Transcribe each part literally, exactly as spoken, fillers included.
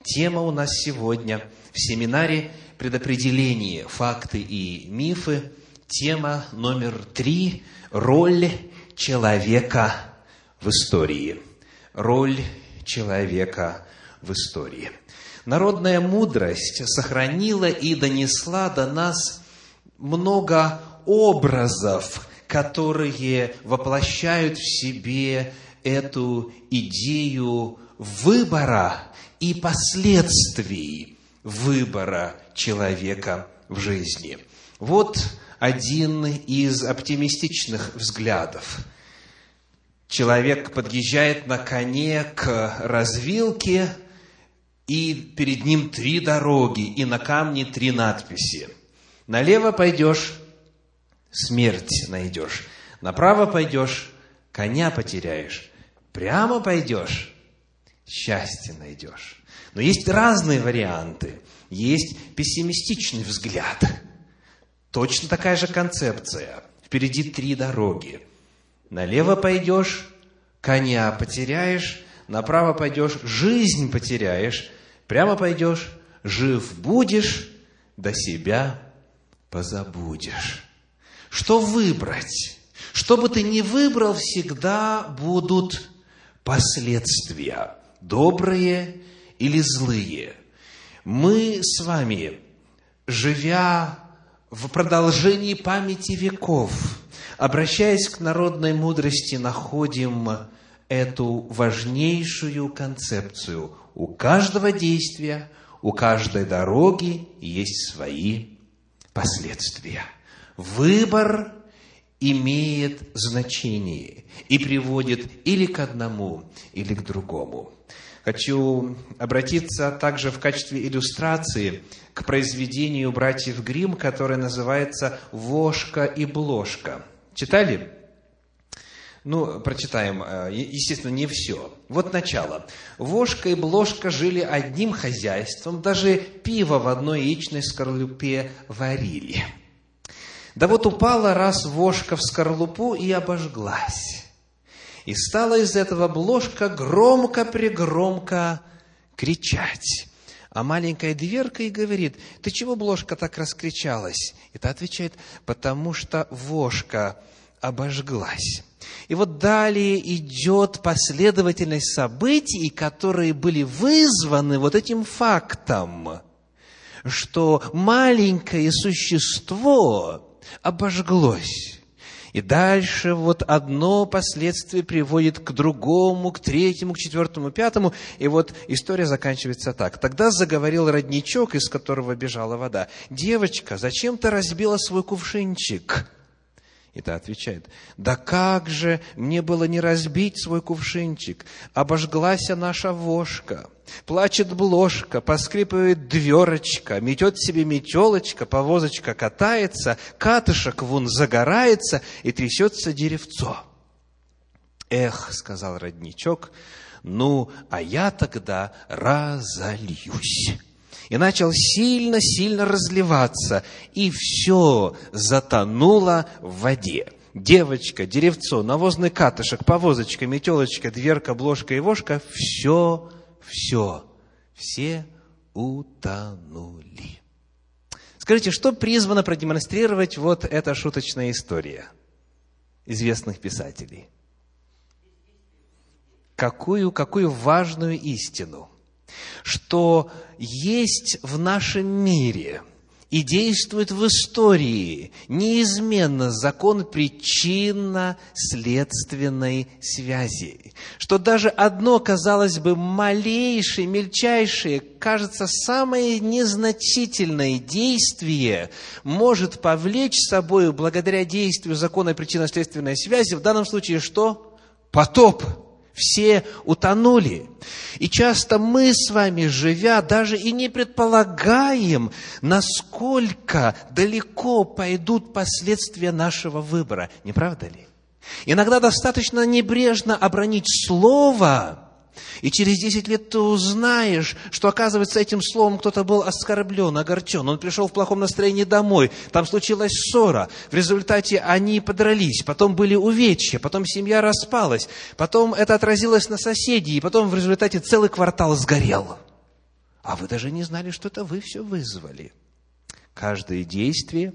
Тема у нас сегодня в семинаре «Предопределение. Факты и мифы». Тема номер три – роль человека в истории. Роль человека в истории. Народная мудрость сохранила и донесла до нас много образов, которые воплощают в себе эту идею выбора и последствий выбора человека в жизни. Вот один из оптимистичных взглядов. Человек подъезжает на коне к развилке, и перед ним три дороги, и на камне три надписи. Налево пойдешь – смерть найдешь. Направо пойдешь – коня потеряешь. Прямо пойдешь – счастье найдешь. Но есть разные варианты. Есть пессимистичный взгляд. Точно такая же концепция. Впереди три дороги. Налево пойдешь – коня потеряешь. Направо пойдешь – жизнь потеряешь. Прямо пойдешь – жив будешь, до себя позабудешь. Что выбрать? Что бы ты ни выбрал, всегда будут последствия, добрые или злые. Мы с вами, живя в продолжении памяти веков, обращаясь к народной мудрости, находим эту важнейшую концепцию. У каждого действия, у каждой дороги есть свои последствия. Выбор имеет значение и приводит или к одному, или к другому. Хочу обратиться также в качестве иллюстрации к произведению братьев Гримм, которое называется «Вошка и Блошка». Читали? Ну, прочитаем, естественно, не все. Вот начало. Вошка и Блошка жили одним хозяйством, даже пиво в одной яичной скорлупе варили. Да вот упала раз Вошка в скорлупу и обожглась. И стала из этого Блошка громко-прегромко кричать. А маленькая дверка и говорит: «Ты чего, Блошка, так раскричалась?» И та отвечает: «Потому что Вошка обожглась». И вот далее идет последовательность событий, которые были вызваны вот этим фактом, что маленькое существо обожглось. И дальше вот одно последствие приводит к другому, к третьему, к четвертому, пятому. И вот история заканчивается так. Тогда заговорил родничок, из которого бежала вода: «Девочка, зачем ты разбила свой кувшинчик?» И та отвечает: «Да как же мне было не разбить свой кувшинчик? Обожглась наша Вошка. Плачет Блошка, поскрипывает дверочка, метет себе метелочка, повозочка катается, катышек вон загорается, и трясется деревцо». «Эх, — сказал родничок, — ну, а я тогда разольюсь». И начал сильно-сильно разливаться, и все затонуло в воде. Девочка, деревцо, навозный катышек, повозочка, метелочка, дверка, Блошка и Вошка – все, все, все утонули. Скажите, что призвано продемонстрировать вот эта шуточная история известных писателей? Какую, какую важную истину? Что есть в нашем мире и действует в истории неизменно закон причинно-следственной связи. Что даже одно, казалось бы, малейшее, мельчайшее, кажется, самое незначительное действие может повлечь с собой, благодаря действию закона причинно-следственной связи, в данном случае что? Потоп. Все утонули. И часто мы с вами, живя, даже и не предполагаем, насколько далеко пойдут последствия нашего выбора. Не правда ли? Иногда достаточно небрежно обронить слово, и через десять лет ты узнаешь, что, оказывается, этим словом кто-то был оскорблен, огорчен. Он пришел в плохом настроении домой, там случилась ссора. В результате они подрались, потом были увечья, потом семья распалась, потом это отразилось на соседей, и потом в результате целый квартал сгорел. а вы даже не знали, что это вы все вызвали. Каждое действие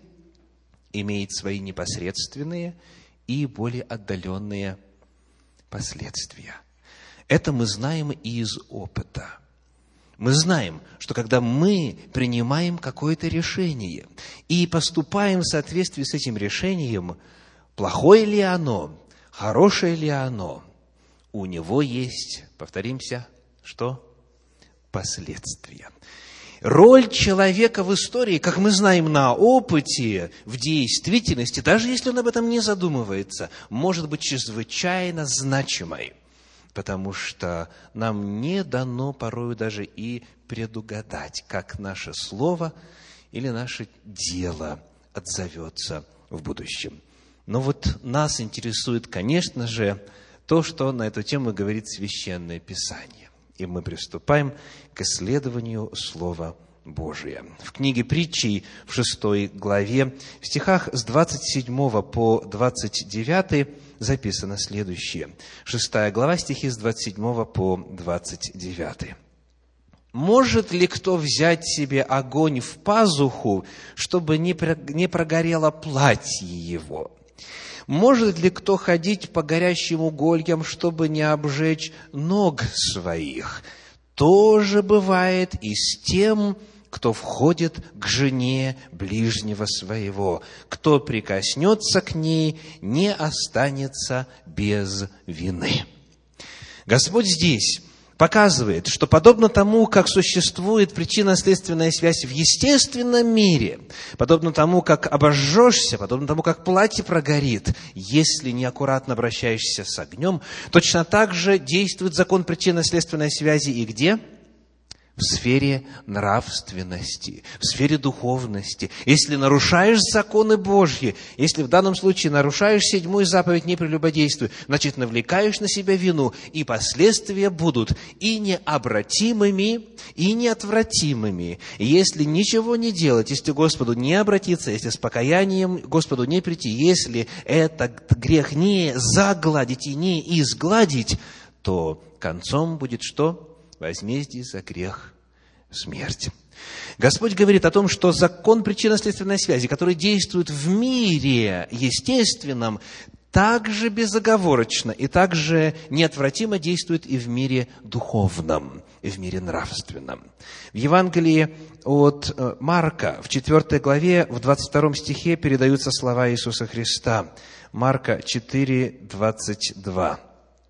имеет свои непосредственные и более отдаленные последствия. Это мы знаем и из опыта. Мы знаем, что когда мы принимаем какое-то решение и поступаем в соответствии с этим решением, плохое ли оно, хорошее ли оно, у него есть, повторимся, что? Последствия. Роль человека в истории, как мы знаем на опыте, в действительности, даже если он об этом не задумывается, может быть чрезвычайно значимой. Потому что нам не дано порою даже и предугадать, как наше слово или наше дело отзовется в будущем. Но вот нас интересует, конечно же, то, что на эту тему говорит Священное Писание. И мы приступаем к исследованию Слова Божия. В книге Притчей в шестой главе, в стихах с двадцать седьмого по двадцать девятый записано следующее. Шестая глава, стихи с двадцать седьмого по двадцать девятый. «Может ли кто взять себе огонь в пазуху, чтобы не прогорело платье его? Может ли кто ходить по горящим угольям, чтобы не обжечь ног своих? То же бывает и с тем, кто входит к жене ближнего своего. Кто прикоснется к ней, не останется без вины». Господь здесь показывает, что подобно тому, как существует причинно-следственная связь в естественном мире, подобно тому, как обожжешься, подобно тому, как платье прогорит, если неаккуратно обращаешься с огнем, точно так же действует закон причинно-следственной связи и где? В сфере нравственности, в сфере духовности. Если нарушаешь законы Божьи, если в данном случае нарушаешь седьмую заповедь «не прелюбодействуй», значит, навлекаешь на себя вину, и последствия будут и необратимыми, и неотвратимыми. И если ничего не делать, если Господу не обратиться, если с покаянием Господу не прийти, если этот грех не загладить и не изгладить, то концом будет что? Возмездие за грех – смерть. Господь говорит о том, что закон причинно-следственной связи, который действует в мире естественном, также безоговорочно и также неотвратимо действует и в мире духовном, и в мире нравственном. В Евангелии от Марка, в четвёртой главе, в двадцать втором стихе передаются слова Иисуса Христа. Марка четыре, двадцать два.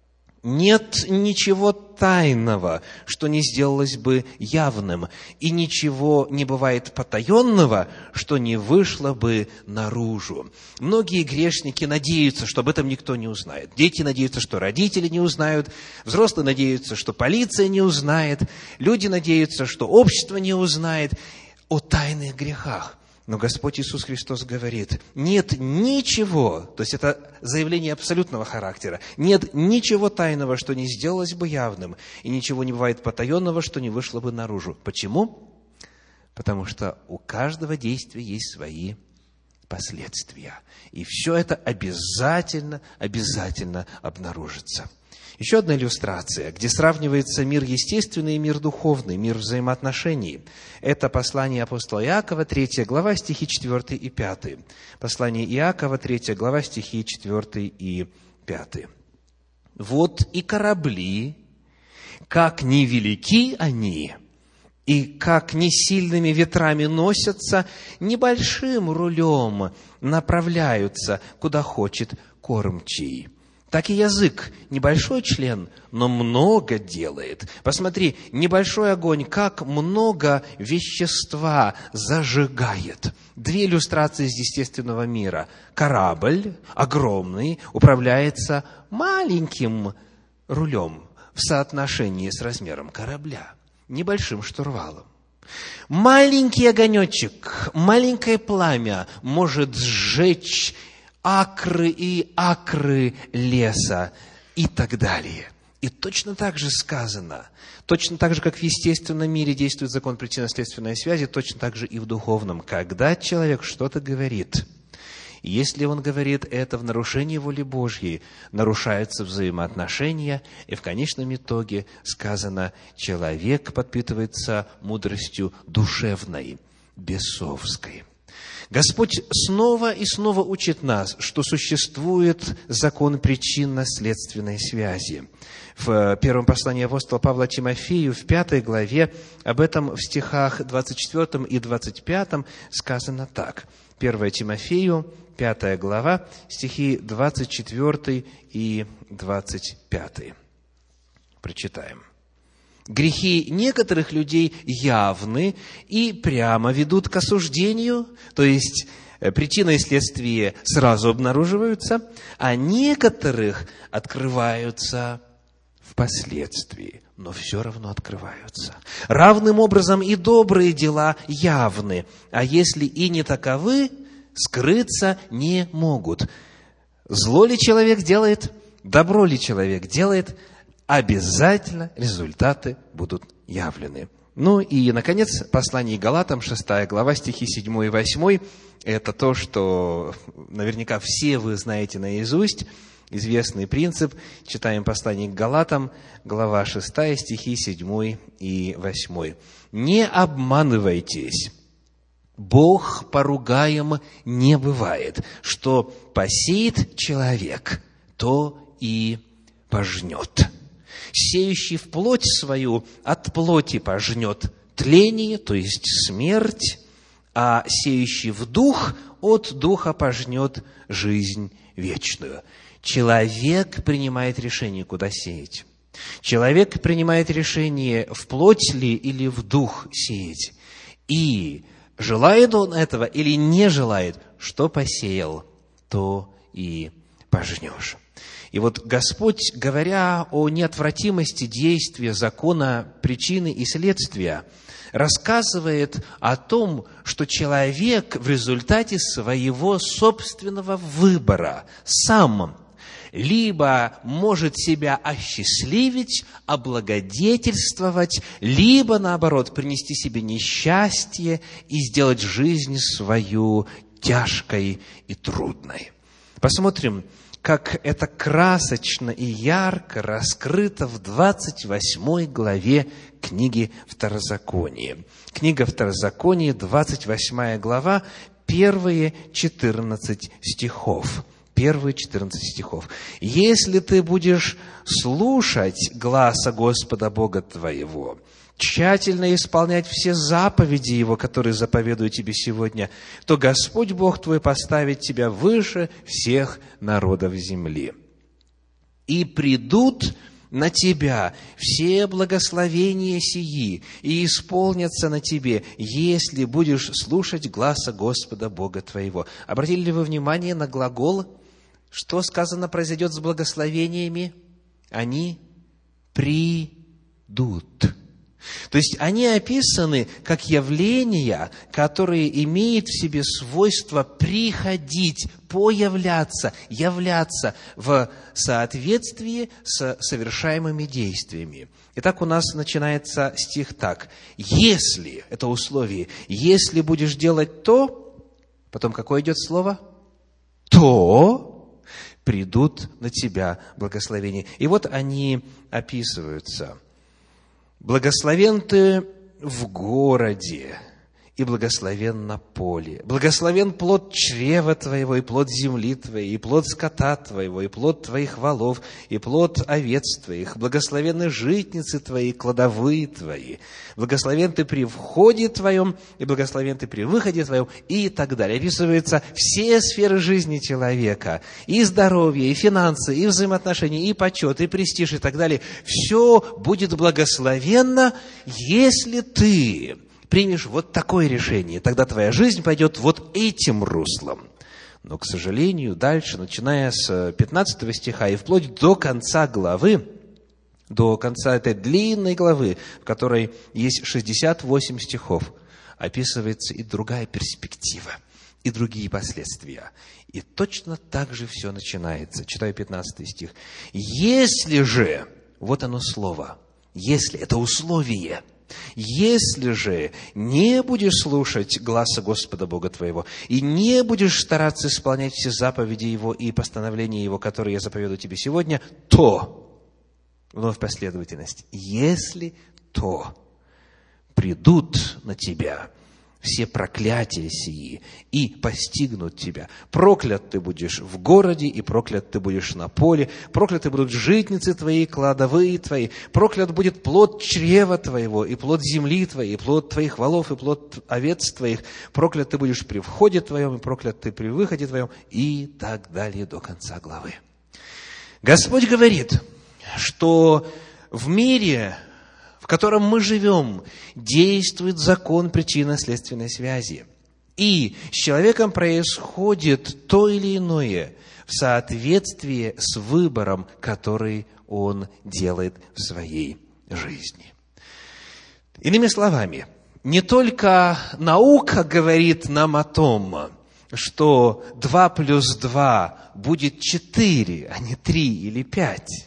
«Нет ничего тайного, что не сделалось бы явным, и ничего не бывает потаенного, что не вышло бы наружу». Многие грешники надеются, что об этом никто не узнает. Дети надеются, что родители не узнают, взрослые надеются, что полиция не узнает, люди надеются, что общество не узнает о тайных грехах. Но Господь Иисус Христос говорит, нет ничего, то есть это заявление абсолютного характера, нет ничего тайного, что не сделалось бы явным, и ничего не бывает потаенного, что не вышло бы наружу. Почему? Потому что у каждого действия есть свои последствия. И все это обязательно, обязательно обнаружится. Еще одна иллюстрация, где сравнивается мир естественный и мир духовный, мир взаимоотношений. Это послание апостола Иакова, третья глава, стихи четвёртый и пятый. Послание Иакова, третья глава, стихи четвёртый и пятый. «Вот и корабли, как невелики они, и как не сильными ветрами носятся, небольшим рулем направляются, куда хочет кормчий. Так и язык, небольшой член, но много делает. Посмотри, небольшой огонь, как много вещества зажигает». Две иллюстрации из естественного мира. Корабль огромный управляется маленьким рулем в соотношении с размером корабля, небольшим штурвалом. Маленький огонечек, маленькое пламя может сжечь акры и акры леса и так далее. И точно так же сказано, точно так же, как в естественном мире действует закон причинно-следственной связи, точно так же и в духовном. Когда человек что-то говорит И если он говорит это в нарушении воли Божьей, нарушаются взаимоотношения, и в конечном итоге сказано, человек подпитывается мудростью душевной, бесовской. Господь снова и снова учит нас, что существует закон причинно-следственной связи. В первом послании апостола Павла Тимофею, в пятой главе, об этом в стихах двадцать четвёртом и двадцать пятом сказано так. первое Тимофею, пятая глава, стихи двадцать четвёртый и двадцать пятый. Прочитаем. Грехи некоторых людей явны и прямо ведут к осуждению, то есть причина и следствие сразу обнаруживаются, а некоторых открываются впоследствии, но все равно открываются. Равным образом и добрые дела явны, а если и не таковы, скрыться не могут. Зло ли человек делает, добро ли человек делает, обязательно результаты будут явлены. Ну и, наконец, послание Галатам, шестая глава, стихи седьмой и восьмой. Это то, что наверняка все вы знаете наизусть. Известный принцип. Читаем послание к Галатам, глава шестая, стихи седьмой и восьмой. «Не обманывайтесь, Бог поругаем не бывает, что посеет человек, то и пожнет. Сеющий в плоть свою от плоти пожнет тление, то есть смерть, а сеющий в дух от духа пожнет жизнь вечную». Человек принимает решение, куда сеять. Человек принимает решение, в плоть ли или в дух сеять. И желает он этого или не желает, что посеял, то и пожнешь. И вот Господь, говоря о неотвратимости действия закона причины и следствия, рассказывает о том, что человек в результате своего собственного выбора сам либо может себя осчастливить, облагодетельствовать, либо, наоборот, принести себе несчастье и сделать жизнь свою тяжкой и трудной. Посмотрим, как это красочно и ярко раскрыто в двадцать восьмой главе книги Второзакония. Книга Второзакония, двадцать восьмая глава, первые четырнадцать стихов. Первые четырнадцать стихов. «Если ты будешь слушать гласа Господа Бога твоего, тщательно исполнять все заповеди Его, которые заповедую тебе сегодня, то Господь Бог твой поставит тебя выше всех народов земли. И придут на тебя все благословения сии, и исполнятся на тебе, если будешь слушать гласа Господа Бога твоего». Обратили ли вы внимание на глагол? Что сказано произойдет с благословениями? Они придут. То есть они описаны как явления, которые имеют в себе свойство приходить, появляться, являться в соответствии с совершаемыми действиями. Итак, у нас начинается стих так. «Если», это условие, «если будешь делать то», потом какое идет слово? «То придут на тебя благословения». И вот они описываются. «Благословен ты в городе, и благословен на поле. Благословен плод чрева твоего, и плод земли твоей, и плод скота твоего, и плод твоих волов, и плод овец твоих. Благословенны житницы твои, кладовые твои. Благословен ты при входе твоем, и благословен ты при выходе твоем», и так далее. Описываются все сферы жизни человека. И здоровье, и финансы, и взаимоотношения, и почет, и престиж, и так далее. Все будет благословенно, если ты примешь вот такое решение, тогда твоя жизнь пойдет вот этим руслом. Но, к сожалению, дальше, начиная с пятнадцатого стиха и вплоть до конца главы, до конца этой длинной главы, в которой есть шестьдесят восемь стихов, описывается и другая перспектива, и другие последствия. И точно так же все начинается. Читаю пятнадцатый стих. «Если же», вот оно слово, «если» — это условие, Если же не будешь слушать гласа Господа Бога твоего, и не будешь стараться исполнять все заповеди Его и постановления Его, которые я заповедую тебе сегодня, то, вновь последовательность, если то придут на тебя все проклятия сии и постигнут тебя. Проклят ты будешь в городе, и проклят ты будешь на поле. Прокляты будут житницы твои, кладовые твои. Проклят будет плод чрева твоего, и плод земли твоей, и плод твоих волов, и плод овец твоих. Проклят ты будешь при входе твоем, и проклят ты при выходе твоем, и так далее до конца главы. Господь говорит, что в мире, в котором мы живем, действует закон причинно-следственной связи. И с человеком происходит то или иное в соответствии с выбором, который он делает в своей жизни. Иными словами, не только наука говорит нам о том, что два плюс два будет четыре, а не три или пять.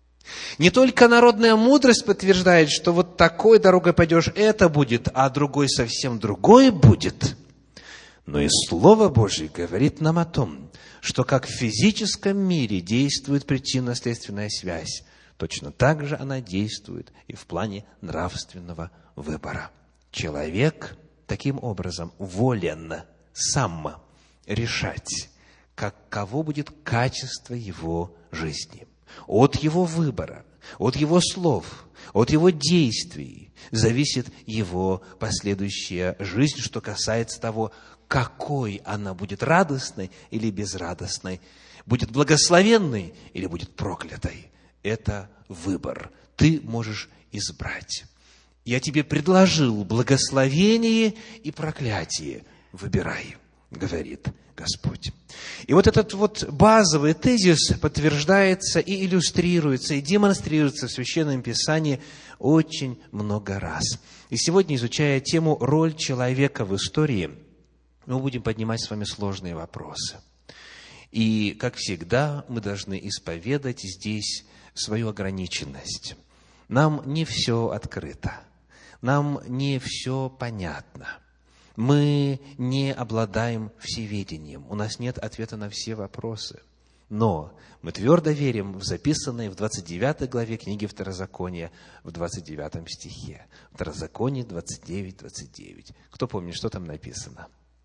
Не только народная мудрость подтверждает, что вот такой дорогой пойдешь, это будет, а другой совсем другое будет. Но и Слово Божие говорит нам о том, что как в физическом мире действует причинно-следственная связь, точно так же она действует и в плане нравственного выбора. Человек таким образом волен сам решать, каково будет качество его жизни. От его выбора, от его слов, от его действий зависит его последующая жизнь, что касается того, какой она будет, радостной или безрадостной, будет благословенной или будет проклятой. Это выбор. Ты можешь избрать. Я тебе предложил благословение и проклятие. Выбирай, говорит Господь. И вот этот вот базовый тезис подтверждается и иллюстрируется, и демонстрируется в Священном Писании очень много раз. И сегодня, изучая тему «Роль человека в истории», мы будем поднимать с вами сложные вопросы. И, как всегда, мы должны исповедать здесь свою ограниченность. Нам не все открыто, нам не все понятно. Мы не обладаем всеведением, у нас нет ответа на все вопросы. Но мы твердо верим в записанное в двадцать девятой главе книги Второзакония, в двадцать девятом стихе. Второзаконие двадцать девять, двадцать девять. Кто помнит, что там написано?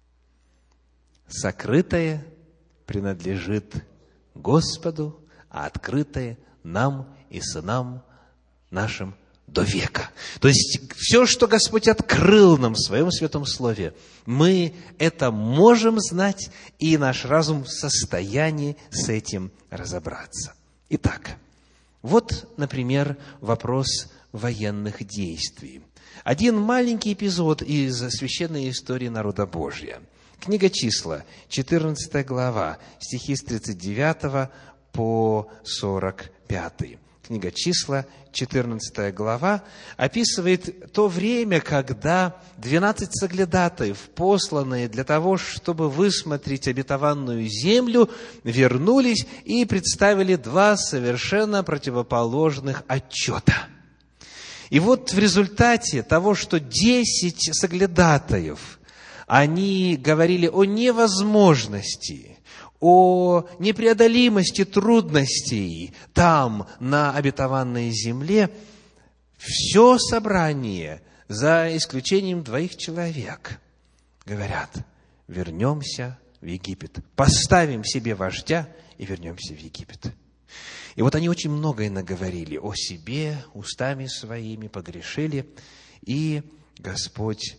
«Сокрытое принадлежит Господу, а открытое нам и сынам нашим до века». То есть, все, что Господь открыл нам в Своем Святом Слове, мы это можем знать, и наш разум в состоянии с этим разобраться. Итак, вот, например, вопрос военных действий. Один маленький эпизод из священной истории народа Божия. Книга Числа, четырнадцатая глава, стихи с тридцать девятого по сорок пятый. Книга Числа, четырнадцатая глава, описывает то время, когда двенадцать соглядатаев, посланные для того, чтобы высмотреть обетованную землю, вернулись и представили два совершенно противоположных отчета. И вот в результате того, что десять соглядатаев, они говорили о невозможности, о непреодолимости трудностей там, на обетованной земле, все собрание, за исключением двоих человек, говорят: вернемся в Египет, поставим себе вождя и вернемся в Египет. И вот они очень многое наговорили о себе, устами своими погрешили, и Господь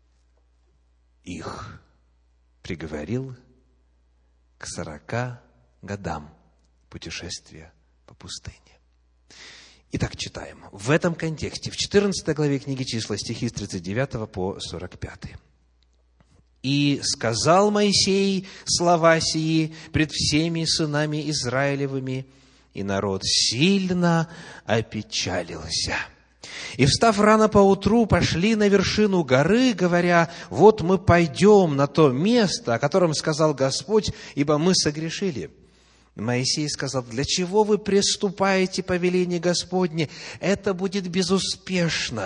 их приговорил к сорока годам путешествия по пустыне. Итак, читаем. В этом контексте, в четырнадцатой главе книги Числа, стихи с тридцать девятого по сорок пятый. «И сказал Моисей слова сии пред всеми сынами Израилевыми, и народ сильно опечалился. И, встав рано поутру, пошли на вершину горы, говоря: вот мы пойдем на то место, о котором сказал Господь, ибо мы согрешили. Моисей сказал: для чего вы приступаете по велению Господне? Это будет безуспешно.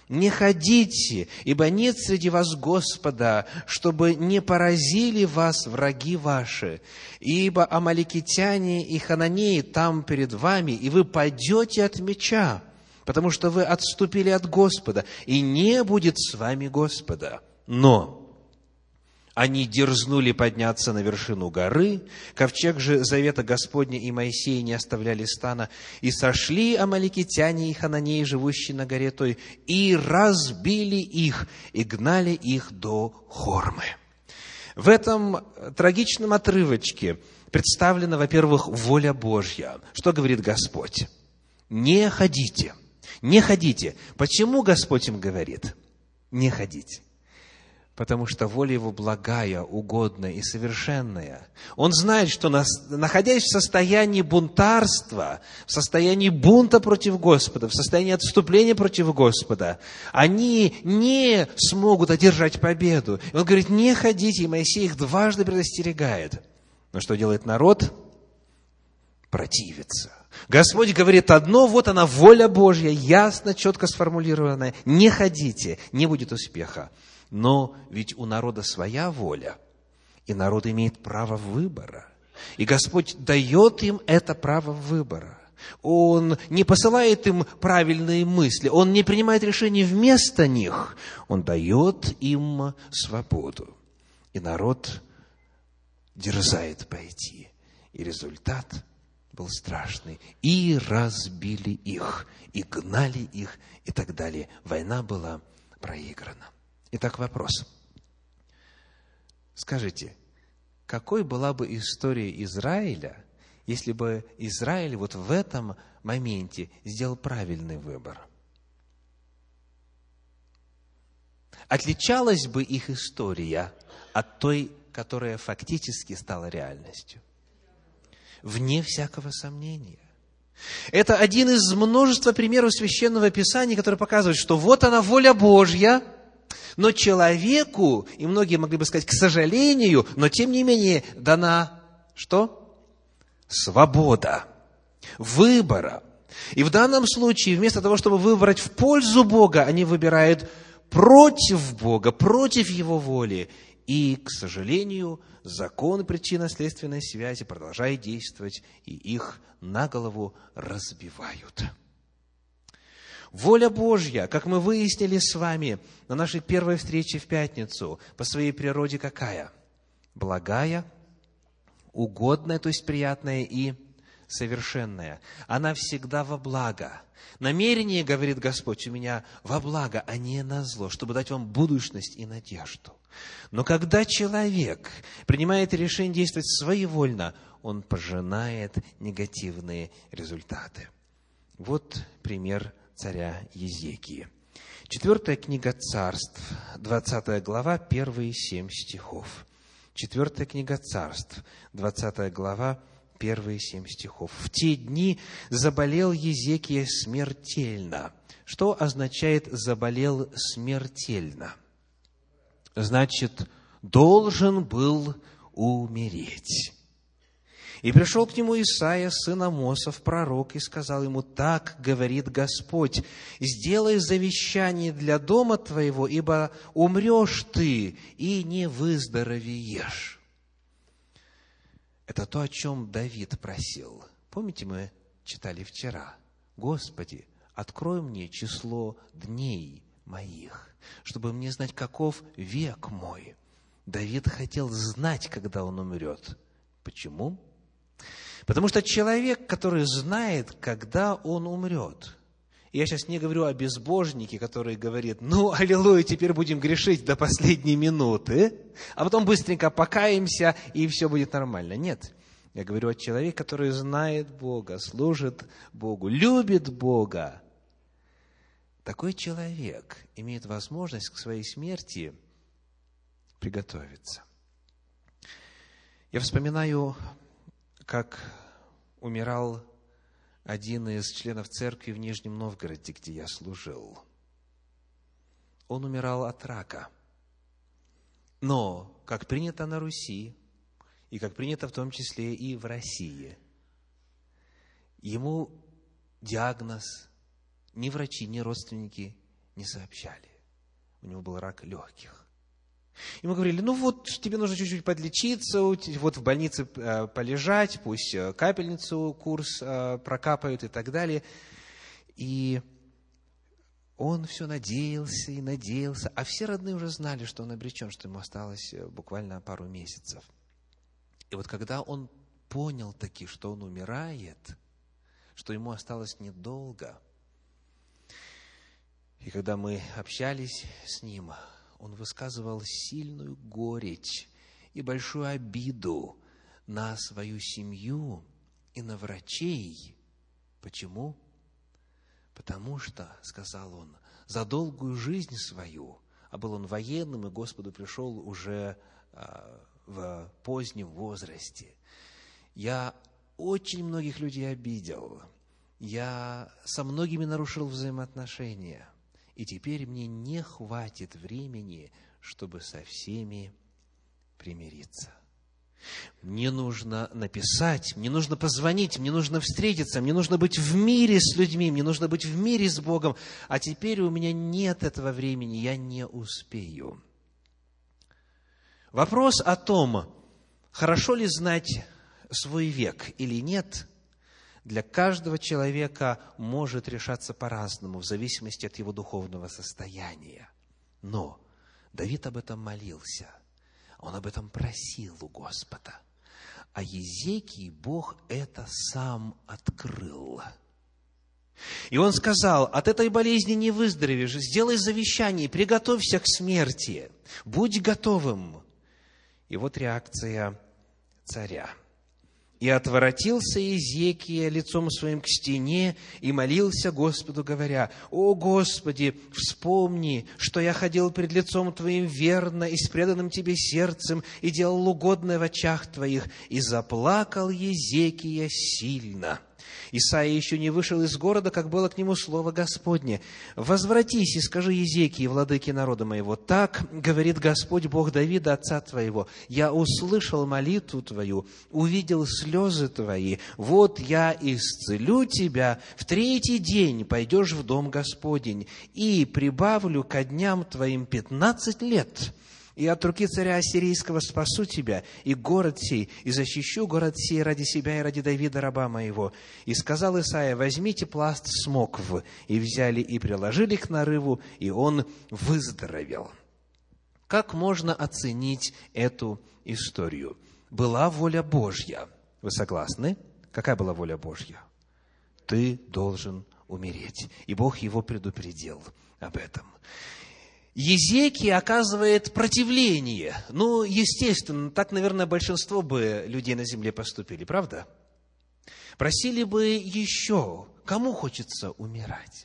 не ходите, ибо нет среди вас Господа, чтобы не поразили вас враги ваши. Ибо амаликитяне и хананеи там перед вами, и вы падете от меча, потому что вы отступили от Господа, и не будет с вами Господа. Но они дерзнули подняться на вершину горы, ковчег же завета Господня и Моисея не оставляли стана, и сошли амаликитяне и хананеи, живущие на горе той, и разбили их, и гнали их до Хормы. В этом трагичном отрывочке представлена, во-первых, воля Божья. Что говорит Господь? Не ходите, не ходите. Почему Господь им говорит? Не ходите. Потому что воля Его благая, угодная и совершенная. Он знает, что, находясь в состоянии бунтарства, в состоянии бунта против Господа, в состоянии отступления против Господа, они не смогут одержать победу. И Он говорит, не ходите, и Моисей их дважды предостерегает. Но что делает народ? Противится. Господь говорит одно, вот она, воля Божья, ясно, четко сформулированная. Не ходите, не будет успеха. Но ведь у народа своя воля, и народ имеет право выбора. И Господь дает им это право выбора. Он не посылает им правильные мысли, Он не принимает решения вместо них. Он дает им свободу. И народ дерзает пойти. И результат был страшный. И разбили их, и гнали их, и так далее. Война была проиграна. Итак, вопрос. Скажите, какой была бы история Израиля, если бы Израиль вот в этом моменте сделал правильный выбор? Отличалась бы их история от той, которая фактически стала реальностью? Вне всякого сомнения. Это один из множества примеров Священного Писания, который показывает, что вот она воля Божья, но человеку, и многие могли бы сказать, к сожалению, но тем не менее дана что? Свобода выбора. И в данном случае, вместо того, чтобы выбрать в пользу Бога, они выбирают против Бога, против Его воли. И, к сожалению, закон причинно-следственной связи продолжает действовать, и их на голову разбивают. Воля Божья, как мы выяснили с вами на нашей первой встрече в пятницу, по своей природе какая? Благая, угодная, то есть приятная и совершенная. Она всегда во благо. Намерение, говорит Господь, у меня во благо, а не на зло, чтобы дать вам будущность и надежду. Но когда человек принимает решение действовать своевольно, он пожинает негативные результаты. Вот пример царя Езекии. Четвертая книга Царств, двадцатая глава, первые семь стихов. Четвертая книга Царств, двадцатая глава, первые семь стихов. «В те дни заболел Езекия смертельно». Что означает «заболел смертельно»? Значит, должен был умереть. И пришел к нему Исаия, сын Амосов, пророк, и сказал ему: «Так говорит Господь, сделай завещание для дома твоего, ибо умрешь ты и не выздоровеешь». Это то, о чем Давид просил. Помните, мы читали вчера: «Господи, открой мне число дней моих, чтобы мне знать, каков век мой». Давид хотел знать, когда он умрет. Почему? Потому что человек, который знает, когда он умрет. Я сейчас не говорю о безбожнике, который говорит: ну, аллилуйя, теперь будем грешить до последней минуты, а потом быстренько покаемся, и все будет нормально. Нет. Я говорю о человеке, который знает Бога, служит Богу, любит Бога. Такой человек имеет возможность к своей смерти приготовиться. Я вспоминаю, как умирал один из членов церкви в Нижнем Новгороде, где я служил. Он умирал от рака. Но, как принято на Руси, и как принято в том числе и в России, ему диагноз ни врачи, ни родственники не сообщали. У него был рак легких. Ему говорили: ну вот, тебе нужно чуть-чуть подлечиться, вот в больнице полежать, пусть капельницу, курс прокапают и так далее. И он все надеялся и надеялся, а все родные уже знали, что он обречен, что ему осталось буквально пару месяцев. И вот когда он понял таки, что он умирает, что ему осталось недолго, и когда мы общались с ним, он высказывал сильную горечь и большую обиду на свою семью и на врачей. Почему? Потому что, сказал он, за долгую жизнь свою, а был он военным, и Господу пришел уже а, в позднем возрасте, я очень многих людей обидел, я со многими нарушил взаимоотношения, и теперь мне не хватит времени, чтобы со всеми примириться. Мне нужно написать, мне нужно позвонить, мне нужно встретиться, мне нужно быть в мире с людьми, мне нужно быть в мире с Богом, а теперь у меня нет этого времени, я не успею. Вопрос о том, хорошо ли знать свой век или нет, для каждого человека может решаться по-разному, в зависимости от его духовного состояния. Но Давид об этом молился. Он об этом просил у Господа. А Езекии Бог это сам открыл. И он сказал: от этой болезни не выздоровеешь, сделай завещание, приготовься к смерти, будь готовым. И вот реакция царя. «И отворотился Езекия лицом своим к стене и молился Господу, говоря: О Господи, вспомни, что я ходил пред лицом Твоим верно и с преданным Тебе сердцем, и делал угодное в очах Твоих. И заплакал Езекия сильно». Исаия еще не вышел из города, как было к нему слово Господне: «Возвратись и скажи Езекии, владыке народа моего, так говорит Господь Бог Давида, отца твоего: я услышал молитву твою, увидел слезы твои, вот я исцелю тебя, в третий день пойдешь в дом Господень, и прибавлю ко дням твоим пятнадцать лет». И от руки царя ассирийского спасу тебя, и город сей, и защищу город сей ради себя и ради Давида, раба моего. И сказал Исаия: возьмите пласт смокв. И взяли и приложили к нарыву, и он выздоровел. Как можно оценить эту историю? Была воля Божья. Вы согласны? Какая была воля Божья? Ты должен умереть. И Бог его предупредил об этом. Езекия оказывает противление. Ну, естественно, так, наверное, большинство бы людей на земле поступили, правда? Просили бы еще. Кому хочется умирать?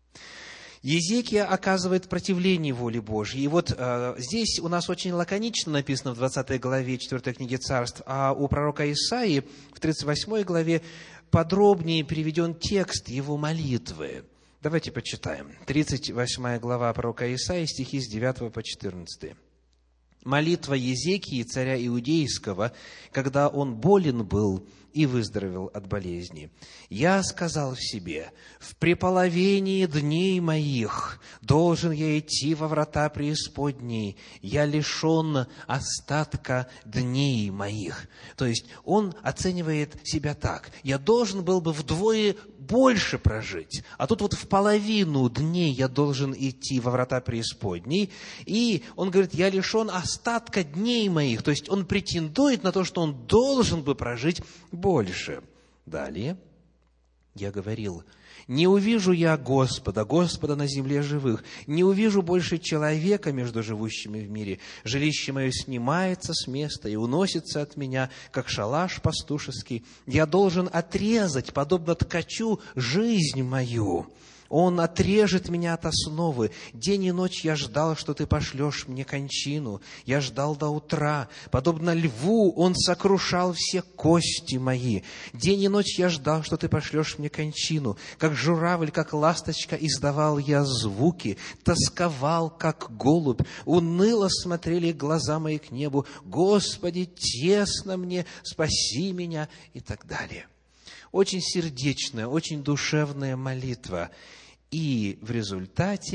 Езекия оказывает противление воле Божьей. И вот э, здесь у нас очень лаконично написано в двадцатой главе четвёртой книги Царств, а у пророка Исаии в тридцать восьмой главе подробнее приведен текст его молитвы. Давайте почитаем. тридцать восьмая глава пророка Исаии, стихи с девятого по четырнадцатый. «Молитва Езекии, царя Иудейского, когда он болен был и выздоровел от болезни. Я сказал в себе: в преполовении дней моих должен я идти во врата преисподней, я лишен остатка дней моих». То есть он оценивает себя так: я должен был бы вдвое больше прожить, а тут вот в половину дней я должен идти во врата преисподней. И он говорит: я лишен остатка дней моих. То есть он претендует на то, что он должен бы прожить больше. Далее. Я говорил: не увижу я Господа, Господа на земле живых, не увижу больше человека между живущими в мире. Жилище мое снимается с места и уносится от меня, как шалаш пастушеский. Я должен отрезать, подобно ткачу, жизнь мою. Он отрежет меня от основы. День и ночь я ждал, что ты пошлешь мне кончину. Я ждал до утра. Подобно льву он сокрушал все кости мои. День и ночь я ждал, что ты пошлешь мне кончину. Как журавль, как ласточка издавал я звуки. Тосковал, как голубь. Уныло смотрели глаза мои к небу. Господи, тесно мне, спаси меня, и так далее. Очень сердечная, очень душевная молитва. И в результате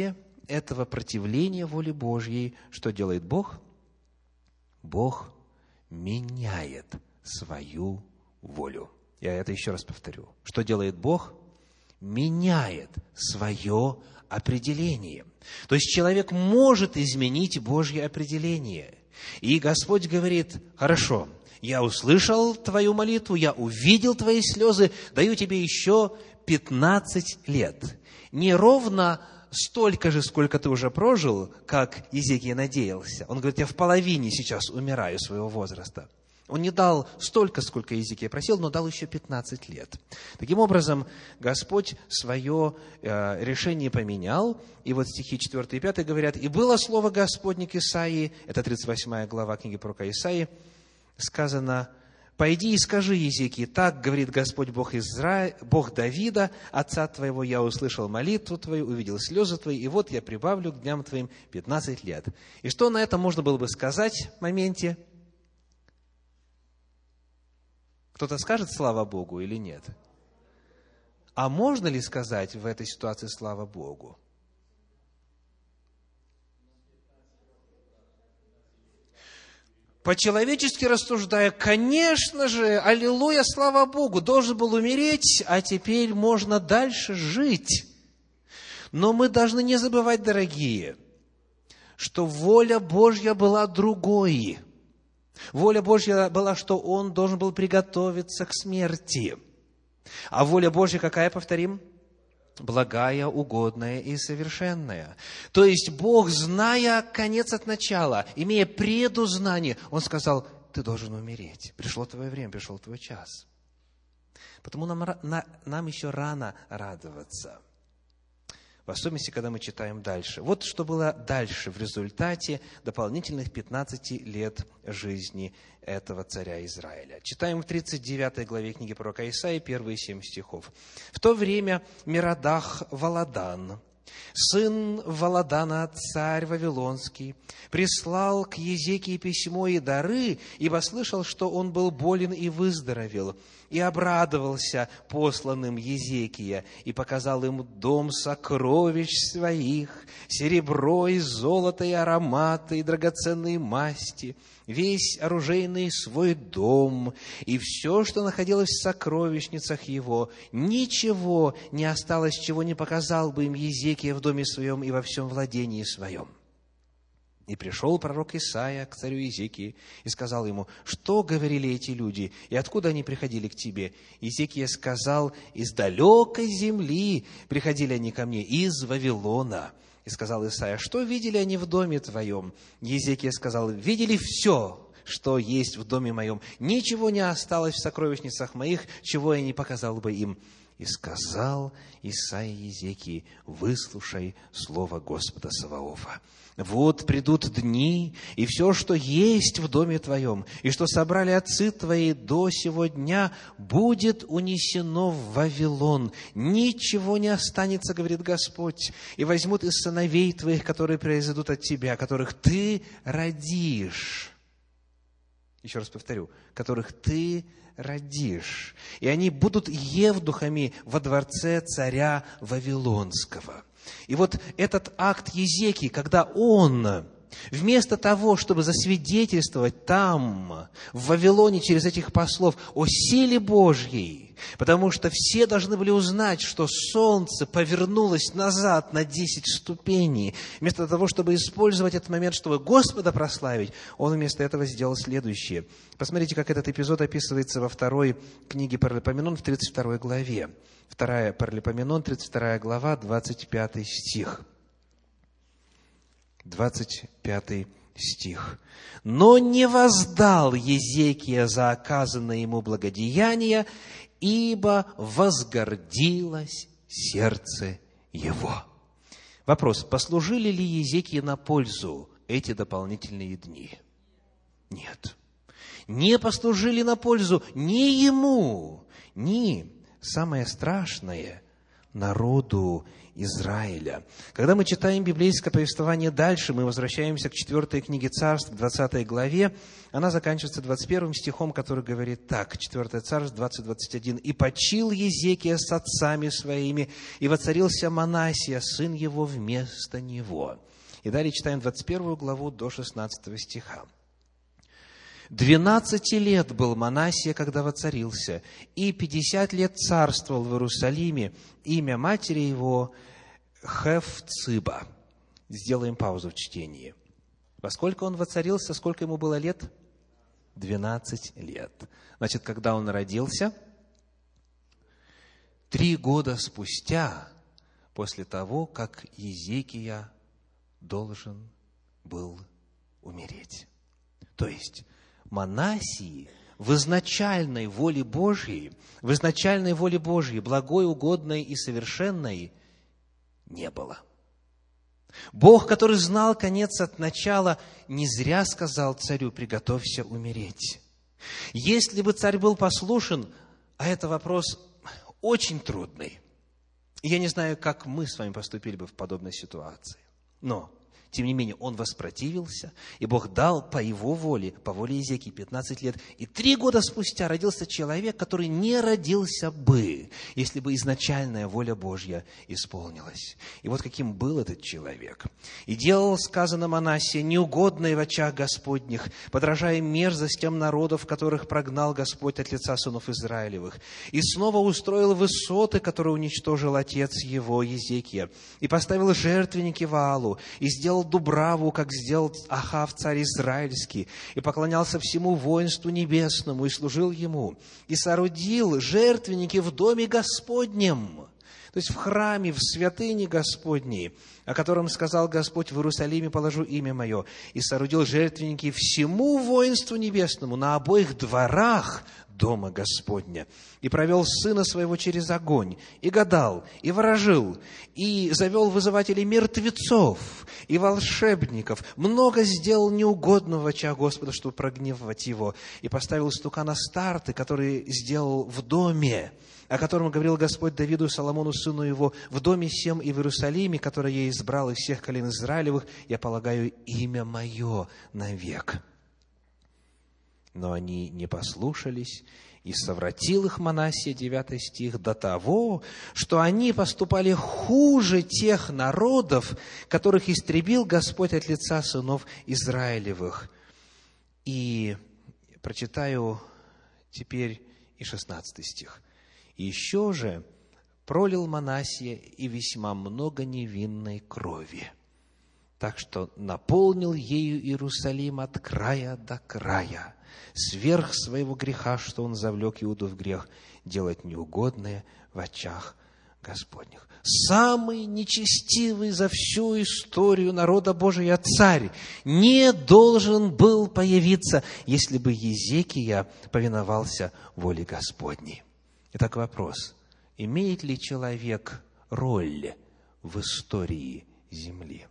этого противления воле Божьей, что делает Бог? Бог меняет свою волю. Я это еще раз повторю. Что делает Бог? Меняет свое определение. То есть человек может изменить Божье определение. И Господь говорит: хорошо, я услышал твою молитву, я увидел твои слезы, даю тебе еще пятнадцать лет. Не ровно столько же, сколько ты уже прожил, как Иезекия надеялся. Он говорит: я в половине сейчас умираю своего возраста. Он не дал столько, сколько Иезекия просил, но дал еще пятнадцать лет. Таким образом, Господь свое э, решение поменял. И вот стихи четыре и пять говорят: «И было слово Господне к Исаии», это тридцать восьмая глава книги пророка Исаии, сказано: «Пойди и скажи Иезекии, так говорит Господь Бог Изра... Бог Давида, отца твоего, я услышал молитву твою, увидел слезы твои, и вот я прибавлю к дням твоим пятнадцать лет». И что на это можно было бы сказать в моменте? Кто-то скажет «слава Богу» или нет? А можно ли сказать в этой ситуации «слава Богу»? По-человечески рассуждая, конечно же, аллилуйя, слава Богу, должен был умереть, а теперь можно дальше жить. Но мы должны не забывать, дорогие, что воля Божья была другой. Воля Божья была, что он должен был приготовиться к смерти. А воля Божья какая, повторим? Благая, угодная и совершенная. То есть Бог, зная конец от начала, имея предузнание, Он сказал: ты должен умереть. Пришло твое время, пришел твой час. Потому нам, на, нам еще рано радоваться. В особенности, когда мы читаем дальше. Вот что было дальше в результате дополнительных пятнадцати лет жизни этого царя Израиля. Читаем в тридцать девятой главе книги пророка Исаии, первые семь стихов. «В то время Мерадах Валадан, сын Валадана, царь Вавилонский, прислал к Иезекии письмо и дары, ибо слышал, что он был болен и выздоровел, и обрадовался посланным Иезекия, и показал им дом сокровищ своих, серебро и золото, и ароматы, и драгоценные масти, весь оружейный свой дом, и все, что находилось в сокровищницах его. Ничего не осталось, чего не показал бы им Иезекия в доме своем и во всем владении своем. И пришел пророк Исаия к царю Иезекии и сказал ему: что говорили эти люди, и откуда они приходили к тебе? Иезекия сказал: из далекой земли приходили они ко мне, из Вавилона. И сказал Исаия: что видели они в доме твоем? Иезекия сказал: видели все, что есть в доме моем. Ничего не осталось в сокровищницах моих, чего я не показал бы им. И сказал Исаия Иезекии: выслушай слово Господа Саваофа. Вот придут дни, и все, что есть в доме твоем, и что собрали отцы твои до сего дня, будет унесено в Вавилон. Ничего не останется, говорит Господь, и возьмут из сыновей твоих, которые произойдут от тебя, которых ты родишь. Еще раз повторю, которых ты родишь. И они будут евнухами во дворце царя Вавилонского. И вот этот акт Иезекии, когда он, вместо того, чтобы засвидетельствовать там, в Вавилоне, через этих послов, о силе Божьей, потому что все должны были узнать, что солнце повернулось назад на десять ступеней, вместо того, чтобы использовать этот момент, чтобы Господа прославить, он вместо этого сделал следующее. Посмотрите, как этот эпизод описывается во второй книге Паралипоменон, в тридцать второй главе. Вторая Паралипоменон, тридцать вторая глава, двадцать пятый стих. двадцать пятый стих. «Но не воздал Иезекия за оказанное ему благодеяние, ибо возгордилось сердце его». Вопрос: послужили ли Иезекии на пользу эти дополнительные дни? Нет. Не послужили на пользу ни ему, ни, самое страшное, народу Израиля. Когда мы читаем библейское повествование дальше, мы возвращаемся к четвертой книге Царств, двадцатой главе. Она заканчивается двадцать первым стихом, который говорит так, четвёртое Царств, двадцать двадцать один. «И почил Езекия с отцами своими, и воцарился Манассия, сын его, вместо него». И далее читаем двадцать первую главу до шестнадцатого стиха. «Двенадцати лет был Манассия, когда воцарился, и пятьдесят лет царствовал в Иерусалиме. Имя матери его Хефциба». Сделаем паузу в чтении. Во сколько он воцарился, сколько ему было лет? Двенадцать лет. Значит, когда он родился? Три года спустя, после того, как Езекия должен был умереть. То есть, Манассии в изначальной воле Божьей, в изначальной воле Божьей, благой, угодной и совершенной, не было. Бог, который знал конец от начала, не зря сказал царю: приготовься умереть. Если бы царь был послушен, а это вопрос очень трудный, я не знаю, как мы с вами поступили бы в подобной ситуации, но тем не менее, он воспротивился, и Бог дал по его воле, по воле Езекии, пятнадцать лет. И три года спустя родился человек, который не родился бы, если бы изначальная воля Божья исполнилась. И вот каким был этот человек. «И делал, сказано Манассия, неугодное в очах Господних, подражая мерзостям народов, которых прогнал Господь от лица сынов Израилевых. И снова устроил высоты, которые уничтожил отец его, Езекия, и поставил жертвенники Ваалу, и сделал Дубраву, как сделал Ахав, царь израильский, и поклонялся всему воинству небесному, и служил ему, и соорудил жертвенники в доме Господнем». То есть в храме, в святыне Господней, о котором сказал Господь: в Иерусалиме положу имя мое, и соорудил жертвенники всему воинству небесному на обоих дворах дома Господня, и провел сына своего через огонь, и гадал, и ворожил, и завел вызывателей мертвецов, и волшебников, много сделал неугодного в очах Господа, чтобы прогневать его, и поставил истукана Астарты, который сделал в доме, о котором говорил Господь Давиду, Соломону, сыну его: в доме сем и в Иерусалиме, который я избрал из всех колен Израилевых, я полагаю имя мое навек. Но они не послушались, и совратил их Манассия, девятый стих, до того, что они поступали хуже тех народов, которых истребил Господь от лица сынов Израилевых. И прочитаю теперь и шестнадцатый стих. «Еще же пролил Манассия и весьма много невинной крови, так что наполнил ею Иерусалим от края до края, сверх своего греха, что он завлек Иуду в грех, делать неугодное в очах Господних». Самый нечестивый за всю историю народа Божия царь не должен был появиться, если бы Езекия повиновался воле Господней. Итак, вопрос: имеет ли человек роль в истории земли?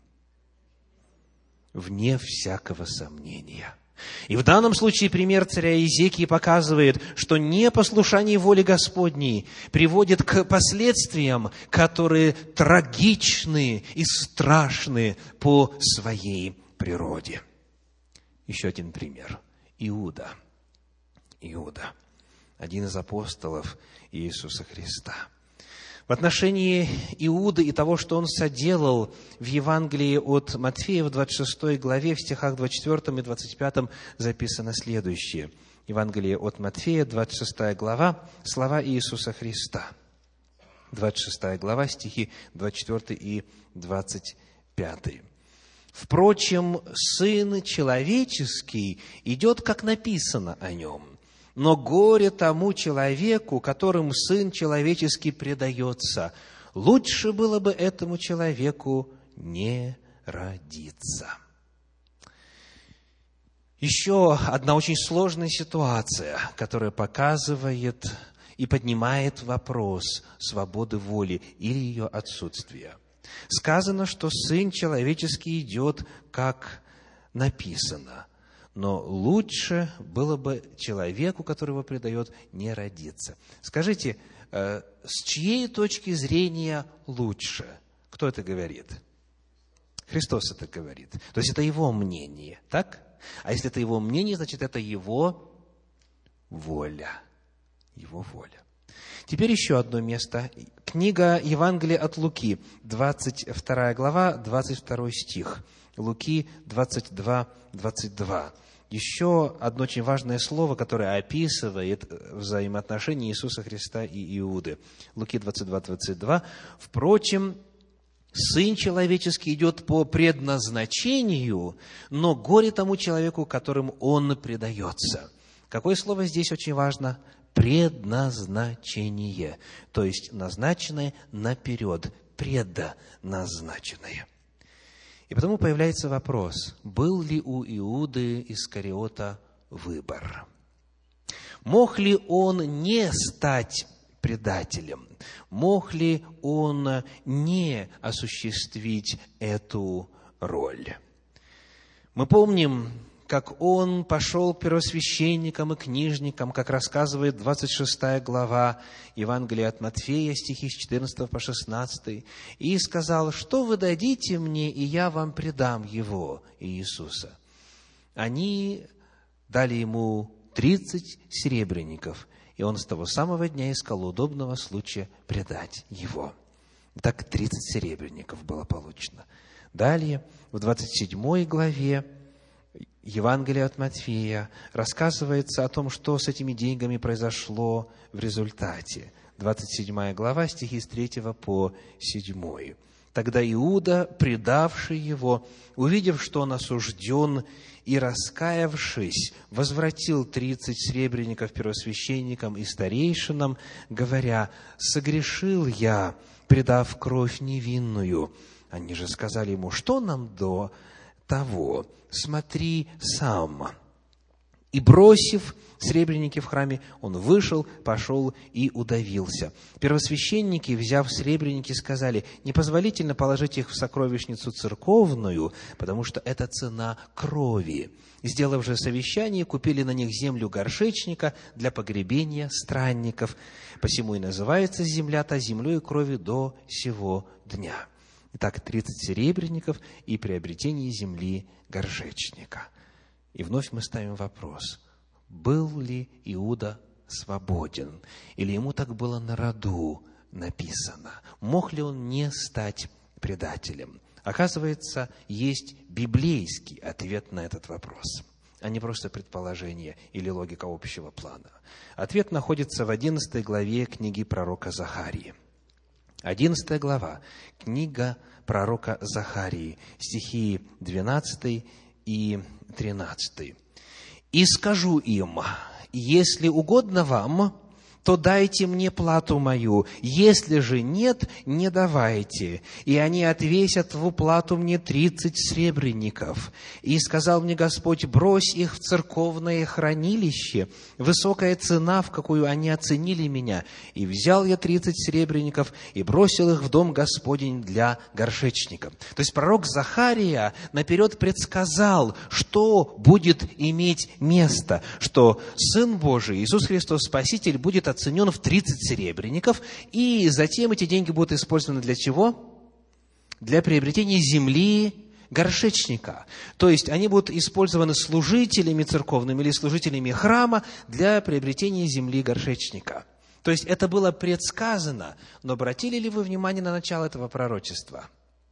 Вне всякого сомнения. И в данном случае пример царя Езекии показывает, что непослушание воле Господней приводит к последствиям, которые трагичны и страшны по своей природе. Еще один пример. Иуда. Иуда. Один из апостолов Иисуса Христа. В отношении Иуды и того, что он соделал, в Евангелии от Матфея, в двадцать шестой главе, в стихах двадцать четвёртом и двадцать пятом записано следующее. Евангелие от Матфея, двадцать шестая глава, слова Иисуса Христа. двадцать шестая глава, стихи двадцать четвёртый и двадцать пятый. «Впрочем, Сын Человеческий идет, как написано о Нем. Но горе тому человеку, которым Сын Человеческий предается. Лучше было бы этому человеку не родиться». Еще одна очень сложная ситуация, которая показывает и поднимает вопрос свободы воли или ее отсутствия. Сказано, что Сын Человеческий идет, как написано. но лучше было бы человеку, который его предает, не родиться. Скажите, э, с чьей точки зрения лучше? Кто это говорит? Христос это говорит. То есть это его мнение, так? А если это его мнение, значит это его воля. Его воля. Теперь еще одно место. Книга Евангелия от Луки, двадцать вторая глава, двадцать второй стих. Луки двадцать два, двадцать два. Еще одно очень важное слово, которое описывает взаимоотношения Иисуса Христа и Иуды. Луки двадцать два, двадцать два. «Впрочем, Сын Человеческий идет по предназначению, но горе тому человеку, которым Он предается». Какое слово здесь очень важно? Предназначение, то есть назначенное наперед, предназначенное. И потому появляется вопрос, был ли у Иуды Искариота выбор? Мог ли он не стать предателем? Мог ли он не осуществить эту роль? Мы помним, как он пошел к первосвященникам и книжникам, как рассказывает двадцать шестая глава Евангелия от Матфея, стихи с четырнадцатого по шестнадцатый, и сказал: «Что вы дадите мне, и я вам предам его», Иисуса. Они дали ему тридцать серебряников, и он с того самого дня искал удобного случая предать его. Так тридцать серебряников было получено. Далее, в двадцать седьмой главе Евангелие от Матфея рассказывается о том, что с этими деньгами произошло в результате. двадцать седьмая глава, стихи с третьего по седьмой. «Тогда Иуда, предавший его, увидев, что он осужден, и, раскаявшись, возвратил тридцать серебряников первосвященникам и старейшинам, говоря: согрешил я, предав кровь невинную. Они же сказали ему: что нам до того? Смотри сам». И, бросив сребреники в храме, он вышел, пошел и удавился. Первосвященники, взяв сребреники, сказали: непозволительно положить их в сокровищницу церковную, потому что это цена крови. Сделав же совещание, купили на них землю горшечника для погребения странников. Посему и называется земля-то землей крови до сего дня. Итак, тридцать серебряников и приобретение земли горшечника. И вновь мы ставим вопрос: был ли Иуда свободен? Или ему так было на роду написано? Мог ли он не стать предателем? Оказывается, есть библейский ответ на этот вопрос, а не просто предположение или логика общего плана. Ответ находится в одиннадцатой главе книги пророка Захарии. Одиннадцатая глава, книга пророка Захарии, стихи двенадцатый и тринадцатый. «И скажу им: если угодно вам, то дайте мне плату мою, если же нет, не давайте. И они отвесят в уплату мне тридцать сребреников. И сказал мне Господь: брось их в церковное хранилище, высокая цена, в какую они оценили меня. И взял я тридцать сребреников и бросил их в дом Господень для горшечника». То есть пророк Захария наперед предсказал, что будет иметь место, что Сын Божий, Иисус Христос, Спаситель, будет оценен в тридцать серебряников, и затем эти деньги будут использованы для чего? Для приобретения земли горшечника. То есть они будут использованы служителями церковными или служителями храма для приобретения земли горшечника. То есть это было предсказано, но обратили ли вы внимание на начало этого пророчества?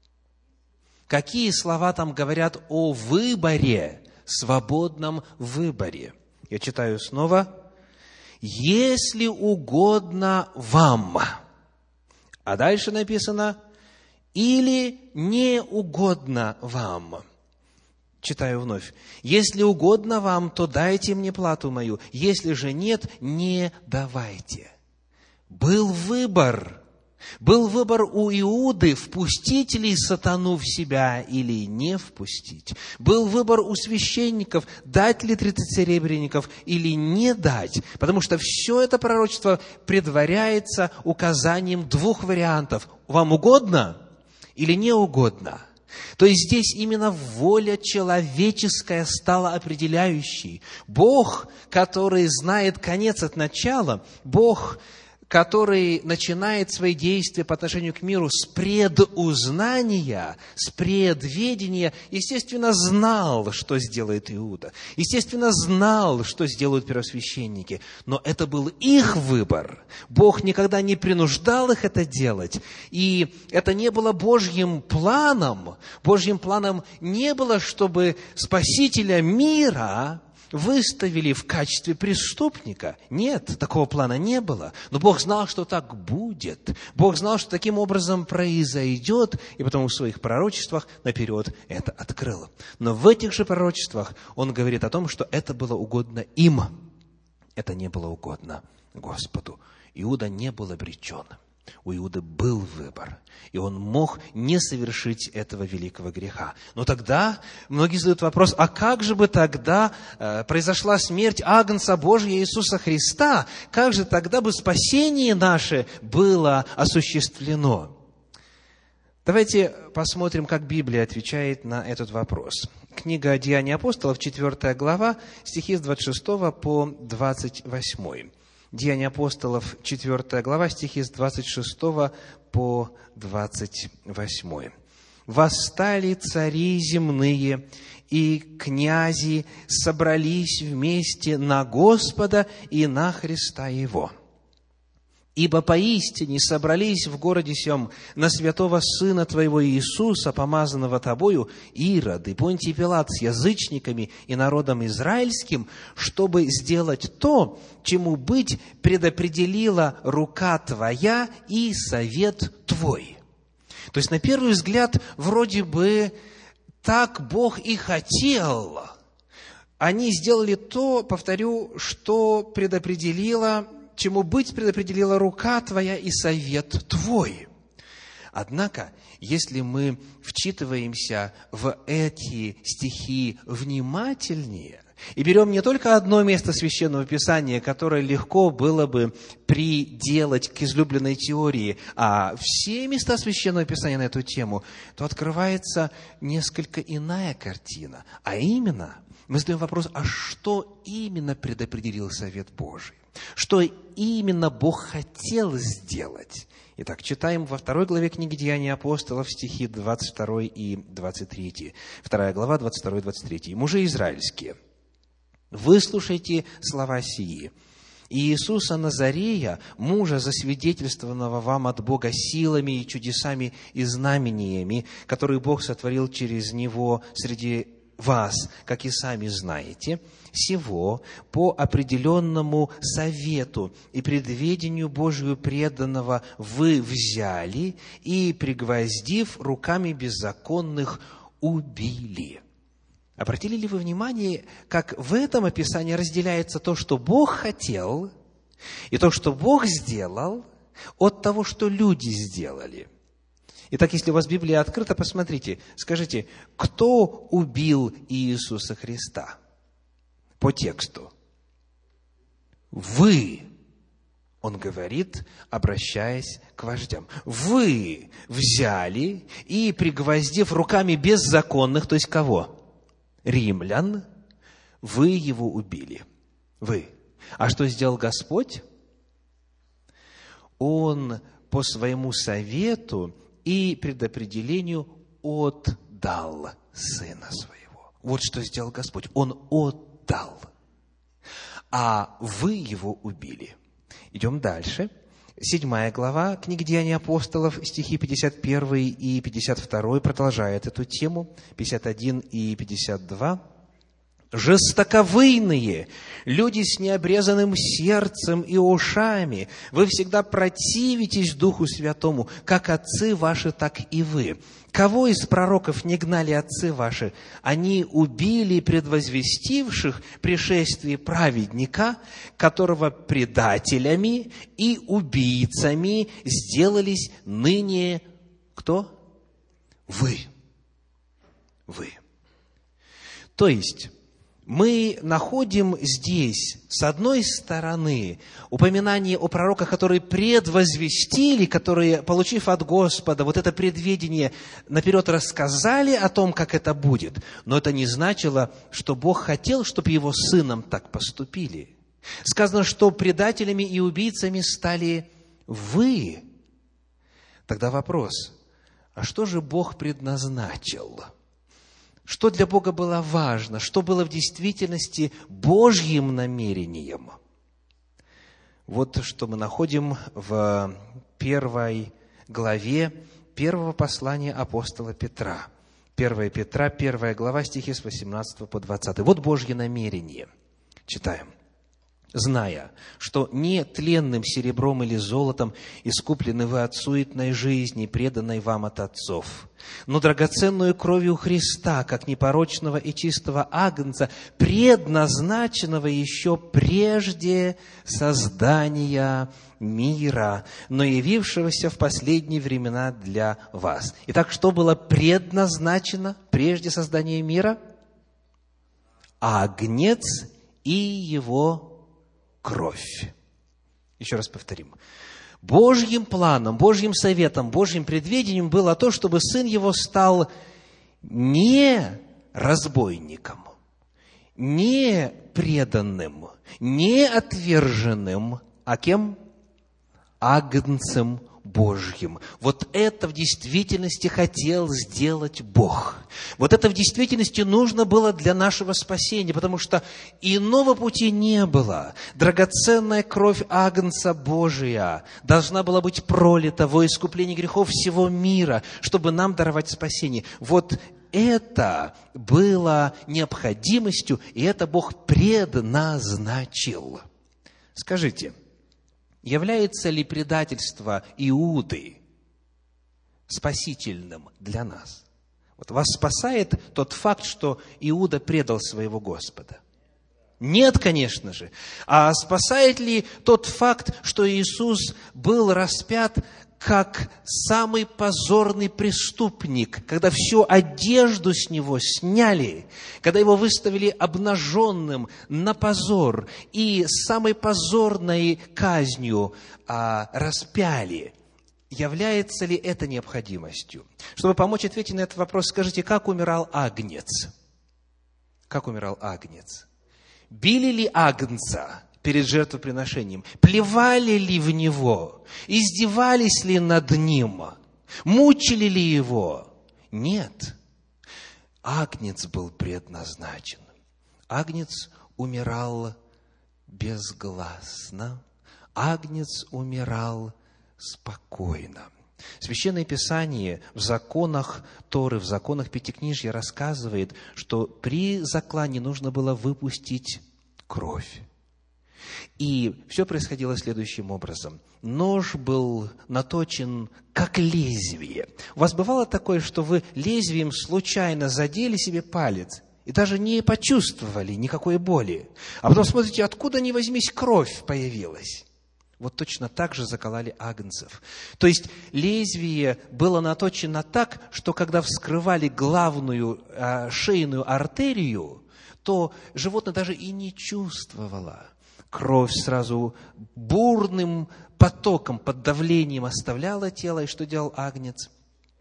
Какие слова там говорят о выборе, свободном выборе? Я читаю снова. «Если угодно вам». А дальше написано: «или не угодно вам». Читаю вновь. «Если угодно вам, то дайте мне плату мою. Если же нет, не давайте». Был выбор. Был выбор у Иуды, впустить ли сатану в себя или не впустить. Был выбор у священников, дать ли тридцать серебряников или не дать. Потому что все это пророчество предваряется указанием двух вариантов. Вам угодно или не угодно? То есть здесь именно воля человеческая стала определяющей. Бог, который знает конец от начала, Бог, который начинает свои действия по отношению к миру с предузнания, с предведения, естественно, знал, что сделает Иуда. Естественно, знал, что сделают первосвященники. Но это был их выбор. Бог никогда не принуждал их это делать. И это не было Божьим планом. Божьим планом не было, чтобы Спасителя мира выставили в качестве преступника. Нет, такого плана не было. Но Бог знал, что так будет. Бог знал, что таким образом произойдет, и потому в своих пророчествах наперед это открыл. Но в этих же пророчествах Он говорит о том, что это было угодно им. Это не было угодно Господу. Иуда не был обречен. У Иуды был выбор, и он мог не совершить этого великого греха. Но тогда многие задают вопрос, а как же бы тогда э, произошла смерть Агнца Божия Иисуса Христа? Как же тогда бы спасение наше было осуществлено? Давайте посмотрим, как Библия отвечает на этот вопрос. Книга Деяний апостолов, четвёртая глава, стихи с двадцать шестого по двадцать восьмой. Деяния апостолов, четвёртая глава, стихи с двадцать шестого по двадцать восьмой. «Восстали цари земные, и князи собрались вместе на Господа и на Христа Его. Ибо поистине собрались в городе сем на святого Сына Твоего Иисуса, помазанного Тобою, Ирод и Понтий Пилат с язычниками и народом израильским, чтобы сделать то, чему быть предопределила рука Твоя и совет Твой». То есть, на первый взгляд, вроде бы так Бог и хотел. Они сделали то, повторю, что предопределила чему быть предопределила рука Твоя и совет Твой. Однако, если мы вчитываемся в эти стихи внимательнее и берем не только одно место Священного Писания, которое легко было бы приделать к излюбленной теории, а все места Священного Писания на эту тему, то открывается несколько иная картина. А именно, мы задаем вопрос, а что именно предопределил совет Божий? Что именно Бог хотел сделать? Итак, читаем во второй главе книги Деяний апостолов стихи двадцать второй и двадцать третий. Вторая глава, двадцать второй и двадцать третий. «Мужи израильские, выслушайте слова сии. Иисуса Назарея, мужа, засвидетельствованного вам от Бога силами и чудесами и знамениями, которые Бог сотворил через Него среди вас, как и сами знаете, сего по определенному совету и предведению Божию преданного вы взяли и, пригвоздив руками беззаконных, убили». Обратили ли вы внимание, как в этом описании разделяется то, что Бог хотел, и то, что Бог сделал, от того, что люди сделали? Итак, если у вас Библия открыта, посмотрите, скажите, кто убил Иисуса Христа? По тексту. Вы, он говорит, обращаясь к вождям, вы взяли и, пригвоздив руками беззаконных, то есть кого? Римлян, вы его убили. Вы. А что сделал Господь? Он по своему совету и предопределению отдал Сына Своего. Вот что сделал Господь. Он отдал. А вы его убили. Идем дальше. Седьмая глава книги Деяний апостолов, стихи пятьдесят первый и пятьдесят второй продолжает эту тему. пятьдесят один и пятьдесят два. «Жестоковыйные, люди с необрезанным сердцем и ушами, вы всегда противитесь Духу Святому, как отцы ваши, так и вы. Кого из пророков не гнали отцы ваши? Они убили предвозвестивших пришествие праведника, которого предателями и убийцами сделались ныне кто? Вы. Вы. То есть, мы находим здесь, с одной стороны, упоминание о пророках, которые предвозвестили, которые, получив от Господа вот это предведение, наперед рассказали о том, как это будет. Но это не значило, что Бог хотел, чтобы Его сыном так поступили. Сказано, что предателями и убийцами стали вы. Тогда вопрос, а что же Бог предназначил? Что для Бога было важно? Что было в действительности Божьим намерением? Вот что мы находим в первой главе первого послания апостола Петра. первое Петра, первая глава, стихи с восемнадцатого по двадцатый. Вот Божье намерение. Читаем. «Зная, что не тленным серебром или золотом искуплены вы от суетной жизни, преданной вам от отцов, но драгоценную кровью Христа, как непорочного и чистого агнца, предназначенного еще прежде создания мира, но явившегося в последние времена для вас». Итак, что было предназначено прежде создания мира? Агнец и его кровь. Еще раз повторим. Божьим планом, Божьим советом, Божьим предвидением было то, чтобы Сын Его стал не разбойником, не преданным, не отверженным, а кем? Агнцем Божьим. Вот это в действительности хотел сделать Бог. Вот это в действительности нужно было для нашего спасения, потому что иного пути не было. Драгоценная кровь Агнца Божия должна была быть пролита во искупление грехов всего мира, чтобы нам даровать спасение. Вот это было необходимостью, и это Бог предназначил. Скажите, является ли предательство Иуды спасительным для нас? Вот вас спасает тот факт, что Иуда предал своего Господа? Нет, конечно же. А спасает ли тот факт, что Иисус был распят как самый позорный преступник, когда всю одежду с него сняли, когда его выставили обнаженным на позор и самой позорной казнью а, распяли? Является ли это необходимостью? Чтобы помочь ответить на этот вопрос, скажите, как умирал агнец? Как умирал агнец? Били ли агнца перед жертвоприношением? Плевали ли в него? Издевались ли над ним? Мучили ли его? Нет. Агнец был предназначен. Агнец умирал безгласно. Агнец умирал спокойно. Священное Писание в законах Торы, в законах Пятикнижья рассказывает, что при заклании нужно было выпустить кровь. И все происходило следующим образом. Нож был наточен как лезвие. У вас бывало такое, что вы лезвием случайно задели себе палец и даже не почувствовали никакой боли, а потом смотрите, откуда ни возьмись кровь появилась? Вот точно так же закололи агнцев. То есть лезвие было наточено так, что когда вскрывали главную э, шейную артерию, то животное даже и не чувствовало. Кровь сразу бурным потоком, под давлением оставляла тело. И что делал агнец?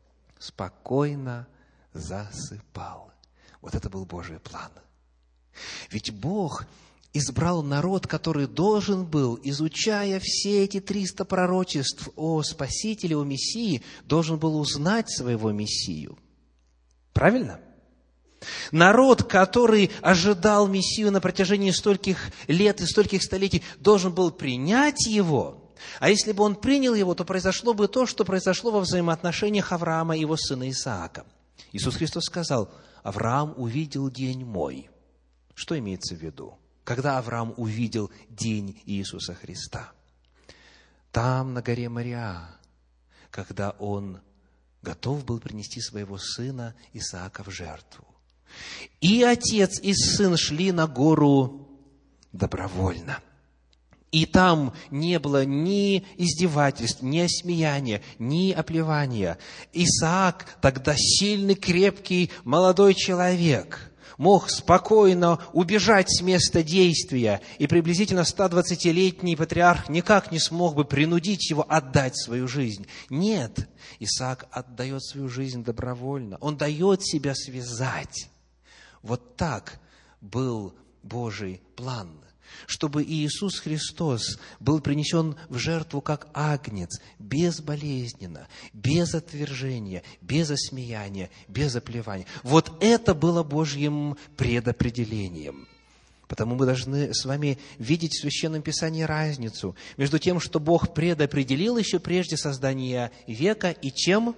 Спокойно засыпал. Вот это был Божий план. Ведь Бог избрал народ, который должен был, изучая все эти триста пророчеств о Спасителе, о Мессии, должен был узнать своего Мессию. Правильно? Народ, который ожидал Мессию на протяжении стольких лет и стольких столетий, должен был принять его. А если бы он принял его, то произошло бы то, что произошло во взаимоотношениях Авраама и его сына Исаака. Иисус Христос сказал: «Авраам увидел день мой». Что имеется в виду? Когда Авраам увидел день Иисуса Христа? Там, на горе Мориа, когда он готов был принести своего сына Исаака в жертву. И отец, и сын шли на гору добровольно. И там не было ни издевательств, ни осмеяния, ни оплевания. Исаак, тогда сильный, крепкий, молодой человек, мог спокойно убежать с места действия, и приблизительно сто двадцатилетний патриарх никак не смог бы принудить его отдать свою жизнь. Нет, Исаак отдает свою жизнь добровольно. Он дает себя связать. Вот так был Божий план, чтобы Иисус Христос был принесен в жертву как агнец, безболезненно, без отвержения, без осмеяния, без оплевания. Вот это было Божьим предопределением. Потому мы должны с вами видеть в Священном Писании разницу между тем, что Бог предопределил еще прежде создания века, и чем?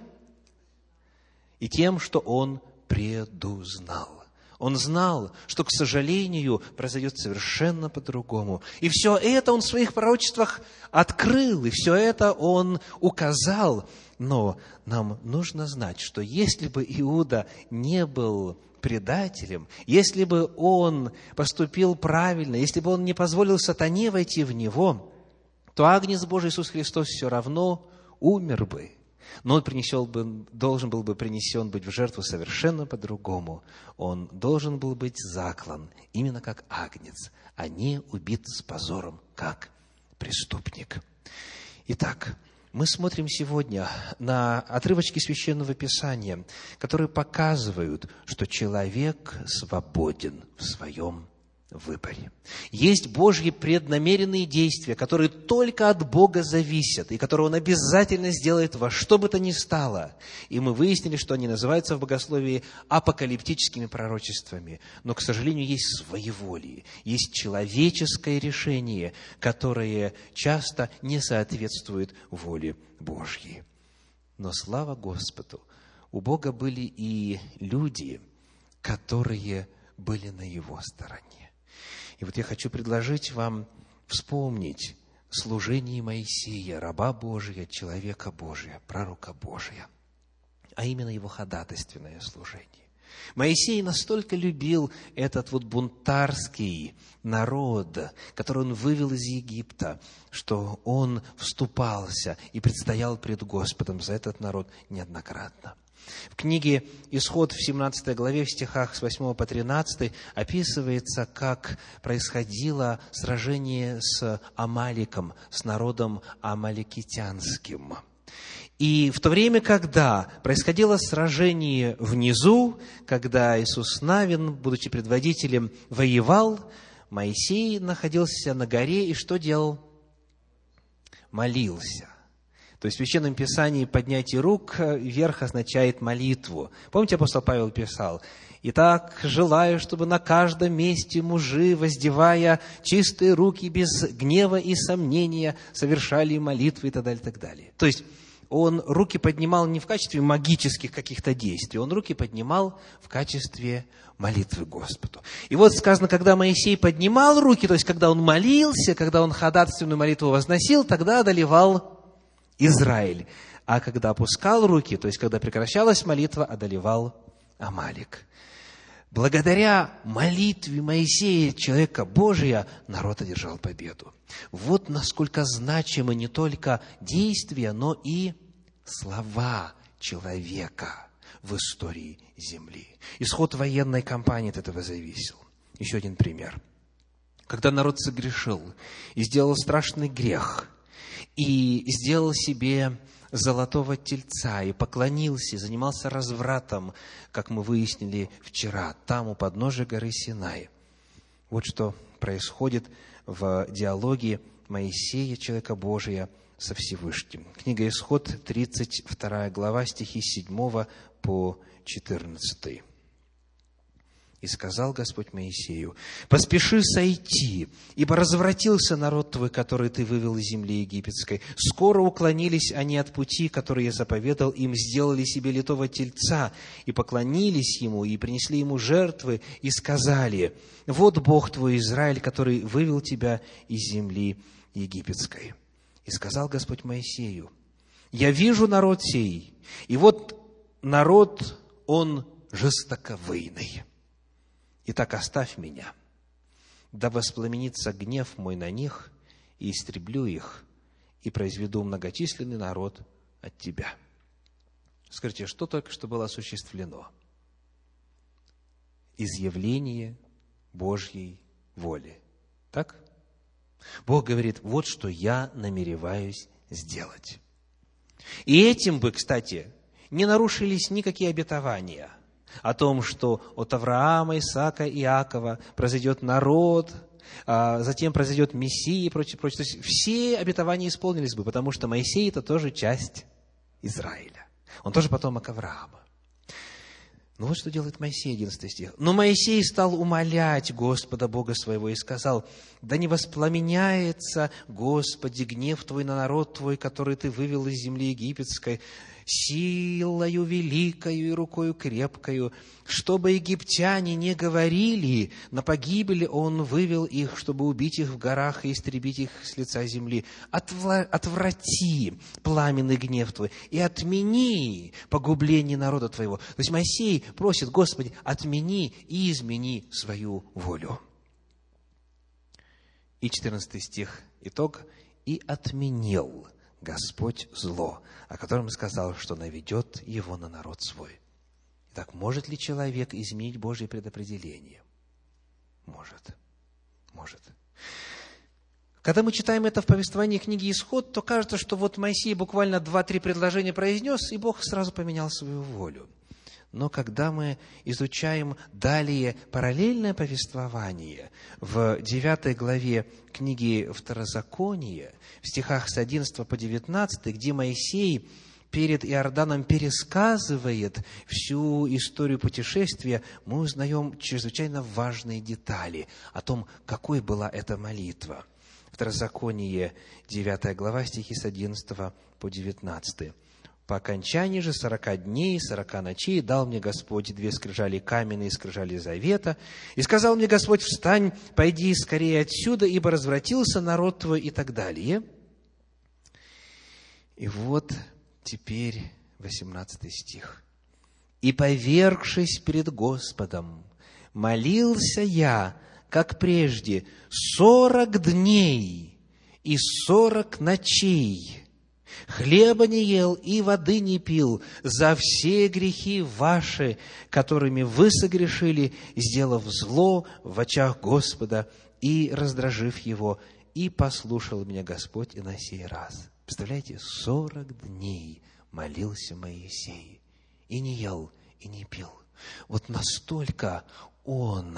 И тем, что Он предузнал. Он знал, что, к сожалению, произойдет совершенно по-другому. И все это Он в своих пророчествах открыл, и все это Он указал. Но нам нужно знать, что если бы Иуда не был предателем, если бы он поступил правильно, если бы он не позволил сатане войти в него, то Агнец Божий Иисус Христос все равно умер бы. Но он принесел бы, должен был бы принесен быть в жертву совершенно по-другому. Он должен был быть заклан именно как агнец, а не убит с позором, как преступник. Итак, мы смотрим сегодня на отрывочки Священного Писания, которые показывают, что человек свободен в своем выборе. Есть Божьи преднамеренные действия, которые только от Бога зависят, и которые Он обязательно сделает во что бы то ни стало. И мы выяснили, что они называются в богословии апокалиптическими пророчествами. Но, к сожалению, есть своеволие, есть человеческое решение, которое часто не соответствует воле Божьей. Но слава Господу, у Бога были и люди, которые были на Его стороне. И вот я хочу предложить вам вспомнить служение Моисея, раба Божия, человека Божия, пророка Божия, а именно его ходатайственное служение. Моисей настолько любил этот вот бунтарский народ, который он вывел из Египта, что он вступался и предстоял пред Господом за этот народ неоднократно. В книге «Исход» в семнадцатой главе, в стихах с восьмого по тринадцатый, описывается, как происходило сражение с Амаликом, с народом амаликитянским. И в то время, когда происходило сражение внизу, когда Иисус Навин, будучи предводителем, воевал, Моисей находился на горе и что делал? Молился. То есть в Священном Писании поднятие рук вверх означает молитву. Помните, апостол Павел писал: «Итак, желаю, чтобы на каждом месте мужи, воздевая чистые руки без гнева и сомнения, совершали молитвы» и так далее, и так далее. То есть он руки поднимал не в качестве магических каких-то действий, он руки поднимал в качестве молитвы Господу. И вот сказано, когда Моисей поднимал руки, то есть когда он молился, когда он ходатайственную молитву возносил, тогда одолевал Израиль. А когда опускал руки, то есть когда прекращалась молитва, одолевал Амалик. Благодаря молитве Моисея, человека Божия, народ одержал победу. Вот насколько значимы не только действия, но и слова человека в истории земли. Исход военной кампании от этого зависел. Еще один пример. Когда народ согрешил и сделал страшный грех, и сделал себе золотого тельца, и поклонился, и занимался развратом, как мы выяснили вчера, там, у подножия горы Синай. Вот что происходит в диалоге Моисея, человека Божия, со Всевышним. Книга Исход, тридцать вторая глава, стихи с седьмого по четырнадцатый. «И сказал Господь Моисею: поспеши сойти, ибо развратился народ твой, который ты вывел из земли египетской. Скоро уклонились они от пути, который я заповедал им, сделали себе литого тельца, и поклонились ему, и принесли ему жертвы, и сказали: вот Бог твой Израиль, который вывел тебя из земли египетской. И сказал Господь Моисею: я вижу народ сей, и вот народ, он жестоковыйный. Итак, оставь меня, да воспламенится гнев мой на них, и истреблю их, и произведу многочисленный народ от тебя». Скажите, что только что было осуществлено? изъявление Божьей воли. Так? Бог говорит, вот что я намереваюсь сделать. И этим бы, кстати, не нарушились никакие обетования о том, что от Авраама, Исаака и Иакова произойдет народ, а затем произойдет Мессия и прочее, прочее. То есть все обетования исполнились бы, потому что Моисей – это тоже часть Израиля. Он тоже потомок Авраама. Ну вот что делает Моисей, одиннадцатый стих. «Но Моисей стал умолять Господа Бога своего и сказал, да не воспламеняется, Господи, гнев Твой на народ Твой, который Ты вывел из земли египетской, силою великою и рукою крепкою, чтобы египтяне не говорили, на погибель Он вывел их, чтобы убить их в горах и истребить их с лица земли. Отвла... Отврати пламенный гнев Твой и отмени погубление народа Твоего». То есть Моисей просит, Господи, отмени и измени свою волю. И четырнадцатый стих, итог. «И отменил Господь зло, о котором сказал, что наведет его на народ свой». Итак, может ли человек изменить Божье предопределение? Может. Может. Когда мы читаем это в повествовании книги «Исход», то кажется, что вот Моисей буквально два-три предложения произнес, и Бог сразу поменял свою волю. Но когда мы изучаем далее параллельное повествование в девятой главе книги Второзакония, в стихах с одиннадцатого по девятнадцатый, где Моисей перед Иорданом пересказывает всю историю путешествия, мы узнаем чрезвычайно важные детали о том, какой была эта молитва. Второзаконие, девятая глава, стихи с одиннадцатого по девятнадцатый. «По окончании же сорока дней и сорока ночей дал мне Господь две скрижали каменные, скрижали завета, и сказал мне Господь, встань, пойди скорее отсюда, ибо развратился народ твой», и так далее. И вот теперь восемнадцатый стих. «И, повергшись перед Господом, молился я, как прежде, сорок дней и сорок ночей, хлеба не ел и воды не пил за все грехи ваши, которыми вы согрешили, сделав зло в очах Господа и раздражив Его, и послушал меня Господь и на сей раз». Представляете, сорок дней молился Моисей, и не ел, и не пил. Вот настолько он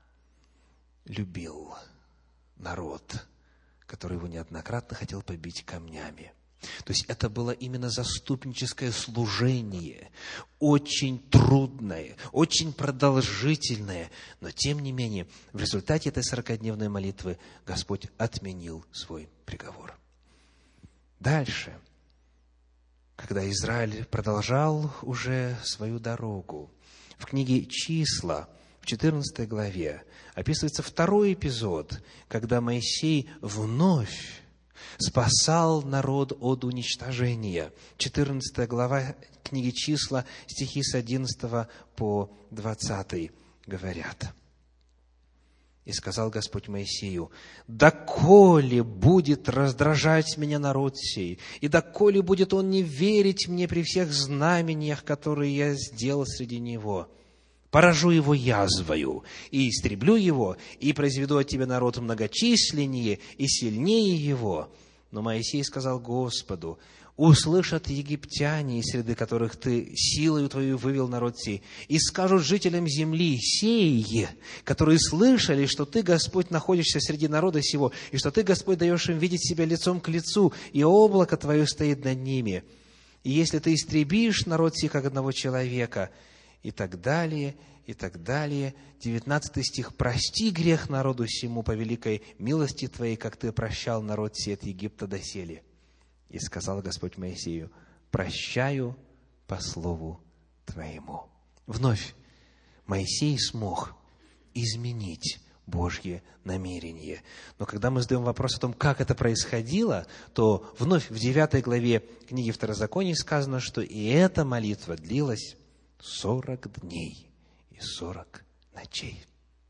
любил народ, который его неоднократно хотел побить камнями. То есть это было именно заступническое служение, очень трудное, очень продолжительное, но тем не менее, в результате этой сорокадневной молитвы Господь отменил свой приговор. Дальше, когда Израиль продолжал уже свою дорогу, в книге «Числа», в четырнадцатой главе, описывается второй эпизод, когда Моисей вновь спасал народ от уничтожения. четырнадцатая глава книги «Числа», стихи с одиннадцатого по двадцатый говорят. «И сказал Господь Моисею: доколе будет раздражать меня народ сей, и доколе будет он не верить мне при всех знамениях, которые я сделал среди него, поражу его язвою, и истреблю его, и произведу от тебя народ многочисленнее и сильнее его». Но Моисей сказал Господу: услышат египтяне, из среды которых ты силою твою вывел народ сей, и скажут жителям земли сей, которые слышали, что ты, Господь, находишься среди народа сего, и что ты, Господь, даешь им видеть себя лицом к лицу, и облако твое стоит над ними. И если ты истребишь народ сей, как одного человека, и так далее, и так далее. девятнадцатый стих. «Прости грех народу сему по великой милости Твоей, как Ты прощал народ сей от Египта доселе». И сказал Господь Моисею: прощаю по слову Твоему. Вновь Моисей смог изменить Божье намерение. Но когда мы задаем вопрос о том, как это происходило, то вновь в девятой главе книги Второзакония сказано, что и эта молитва длилась сорок дней и сорок ночей.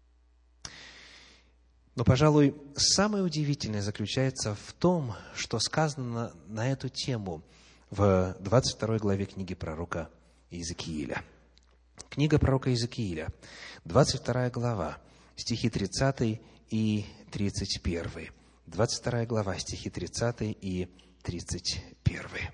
Но, пожалуй, самое удивительное заключается в том, что сказано на, на эту тему в двадцать второй главе книги пророка Иезекииля. Книга пророка Иезекииля, двадцать вторая глава, стихи тридцатый и тридцать первый. двадцать вторая глава, стихи тридцатый и тридцать первый.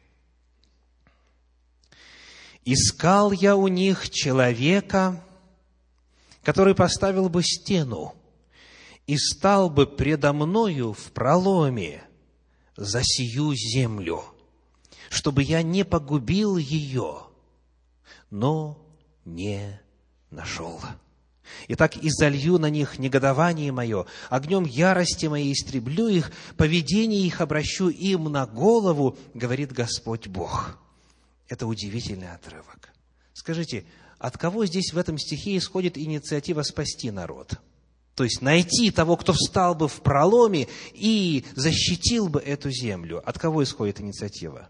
«Искал я у них человека, который поставил бы стену и стал бы предо мною в проломе за сию землю, чтобы я не погубил ее, но не нашел. Итак, изолью на них негодование мое, огнем ярости моей истреблю их, поведение их обращу им на голову, говорит Господь Бог». Это удивительный отрывок. Скажите, от кого здесь в этом стихе исходит инициатива спасти народ? То есть найти того, кто встал бы в проломе и защитил бы эту землю. От кого исходит инициатива?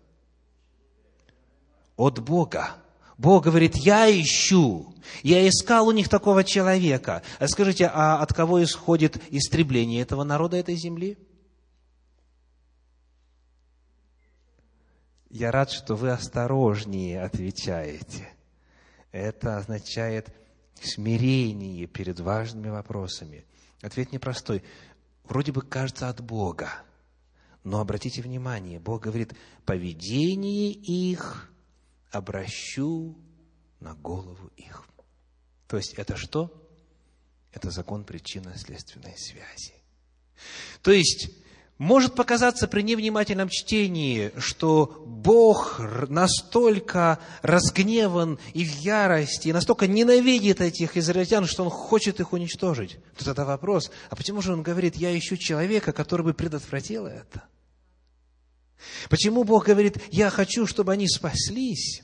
От Бога. Бог говорит: я ищу, я искал у них такого человека. А скажите, а от кого исходит истребление этого народа, этой земли? Я рад, что вы осторожнее отвечаете. Это означает смирение перед важными вопросами. Ответ непростой. Вроде бы кажется от Бога. Но обратите внимание, Бог говорит: поведение их обращу на голову их. То есть это что? Это закон причинно-следственной связи. То есть может показаться при невнимательном чтении, что Бог настолько разгневан и в ярости, и настолько ненавидит этих израильтян, что Он хочет их уничтожить. То тогда вопрос: а почему же Он говорит: я ищу человека, который бы предотвратил это? Почему Бог говорит: я хочу, чтобы они спаслись?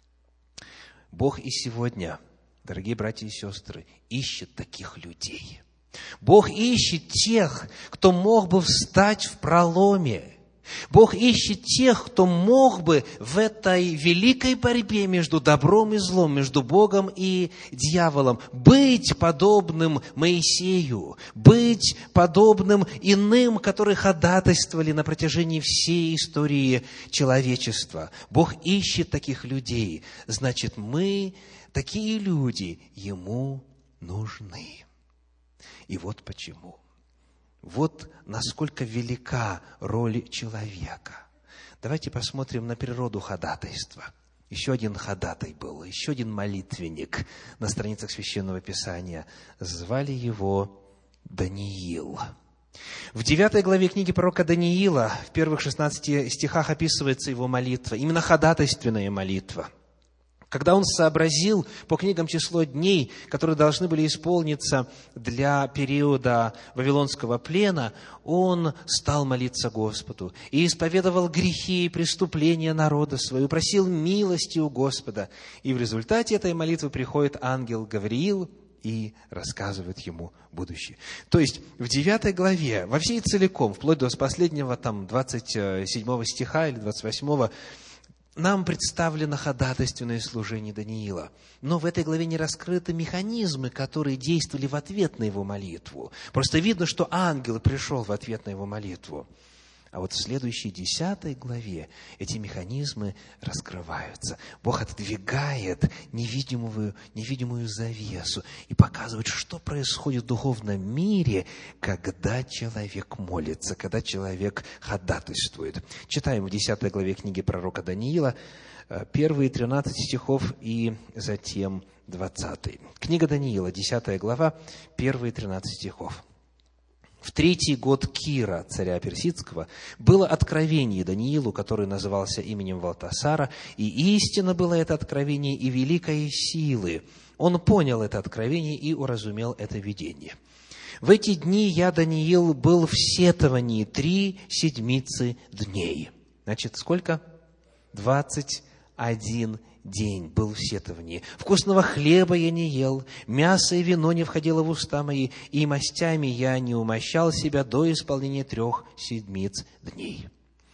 Бог и сегодня, дорогие братья и сестры, ищет таких людей. Бог ищет тех, кто мог бы встать в проломе. Бог ищет тех, кто мог бы в этой великой борьбе между добром и злом, между Богом и дьяволом, быть подобным Моисею, быть подобным иным, которые ходатайствовали на протяжении всей истории человечества. Бог ищет таких людей. Значит, мы, такие люди, Ему нужны. И вот почему. Вот насколько велика роль человека. Давайте посмотрим на природу ходатайства. Еще один ходатай был, еще один молитвенник на страницах Священного Писания. Звали его Даниил. В девятой главе книги пророка Даниила, в первых шестнадцати стихах описывается его молитва, именно ходатайственная молитва. Когда он сообразил по книгам число дней, которые должны были исполниться для периода Вавилонского плена, он стал молиться Господу и исповедовал грехи и преступления народа своего, просил милости у Господа. И в результате этой молитвы приходит ангел Гавриил и рассказывает ему будущее. То есть в девятой главе, во всей целиком, вплоть до последнего там, двадцать седьмого стиха или двадцать восьмого, нам представлено ходатайственное служение Даниила. Но в этой главе не раскрыты механизмы, которые действовали в ответ на его молитву. Просто видно, что ангел пришел в ответ на его молитву. А вот в следующей десятой главе эти механизмы раскрываются. Бог отодвигает невидимую, невидимую завесу и показывает, что происходит в духовном мире, когда человек молится, когда человек ходатайствует. Читаем в десятой главе книги пророка Даниила, первые тринадцать стихов и затем двадцатый. Книга Даниила, десятая глава, первые тринадцать стихов. В третий год Кира, царя персидского, было откровение Даниилу, который назывался именем Валтасара, и истинно было это откровение и великой силы. Он понял это откровение и уразумел это видение. В эти дни я, Даниил, был в сетовании три седмицы дней. Значит, сколько? Двадцать один день был в сетовании. Вкусного хлеба я не ел, мясо и вино не входило в уста мои, и мастями я не умощал себя до исполнения трех седмиц дней.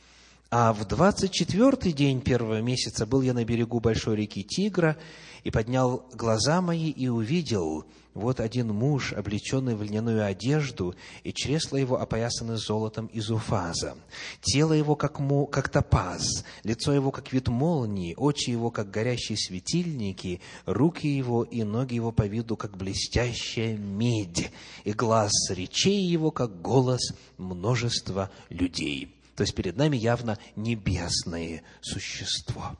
А в двадцать четвертый день первого месяца был я на берегу большой реки Тигра, и поднял глаза мои, и увидел, вот один муж, облеченный в льняную одежду, и чресла его опоясаны золотом из уфаза. Тело его, как, мо, как топаз, лицо его, как вид молнии, очи его, как горящие светильники, руки его и ноги его по виду, как блестящая медь, и глаз речей его, как голос множества людей». То есть перед нами явно небесное существо.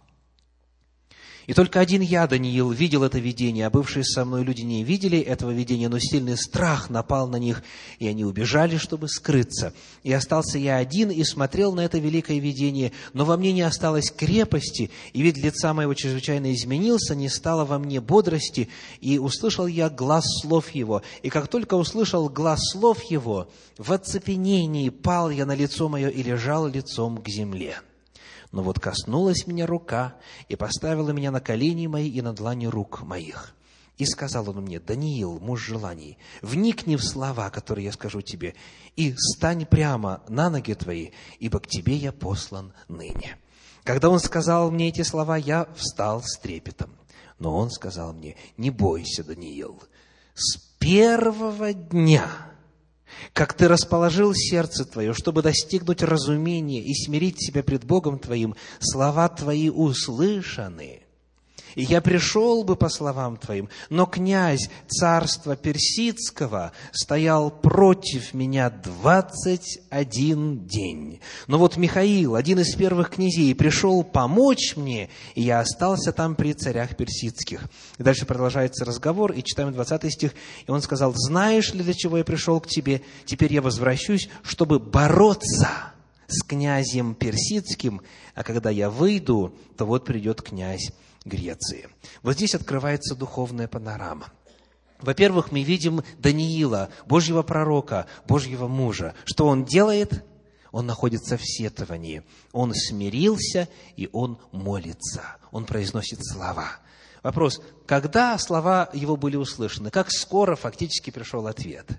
И только один я, Даниил, видел это видение, а бывшие со мной люди не видели этого видения, но сильный страх напал на них, и они убежали, чтобы скрыться. И остался я один, и смотрел на это великое видение, но во мне не осталось крепости, и вид лица моего чрезвычайно изменился, не стало во мне бодрости, и услышал я глас слов его. И как только услышал глас слов его, в оцепенении пал я на лицо мое и лежал лицом к земле. Но вот коснулась меня рука и поставила меня на колени мои и на длани рук моих. И сказал он мне: «Даниил, муж желаний, вникни в слова, которые я скажу тебе, и стань прямо на ноги твои, ибо к тебе я послан ныне». Когда он сказал мне эти слова, я встал с трепетом. Но он сказал мне: «Не бойся, Даниил, с первого дня, как ты расположил сердце твое, чтобы достигнуть разумения и смирить себя пред Богом твоим, слова твои услышаны. И я пришел бы по словам твоим, но князь царства персидского стоял против меня двадцать один день. Но вот Михаил, один из первых князей, пришел помочь мне, и я остался там при царях персидских». И дальше продолжается разговор, и читаем двадцатый стих. И он сказал: «Знаешь ли, для чего я пришел к тебе? Теперь я возвращусь, чтобы бороться с князем персидским, а когда я выйду, то вот придет князь Греции». Вот здесь открывается духовная панорама. Во-первых, мы видим Даниила, Божьего пророка, Божьего мужа. Что он делает? Он находится в сетовании. Он смирился, и он молится. Он произносит слова. Вопрос: когда слова его были услышаны? Как скоро фактически пришел ответ?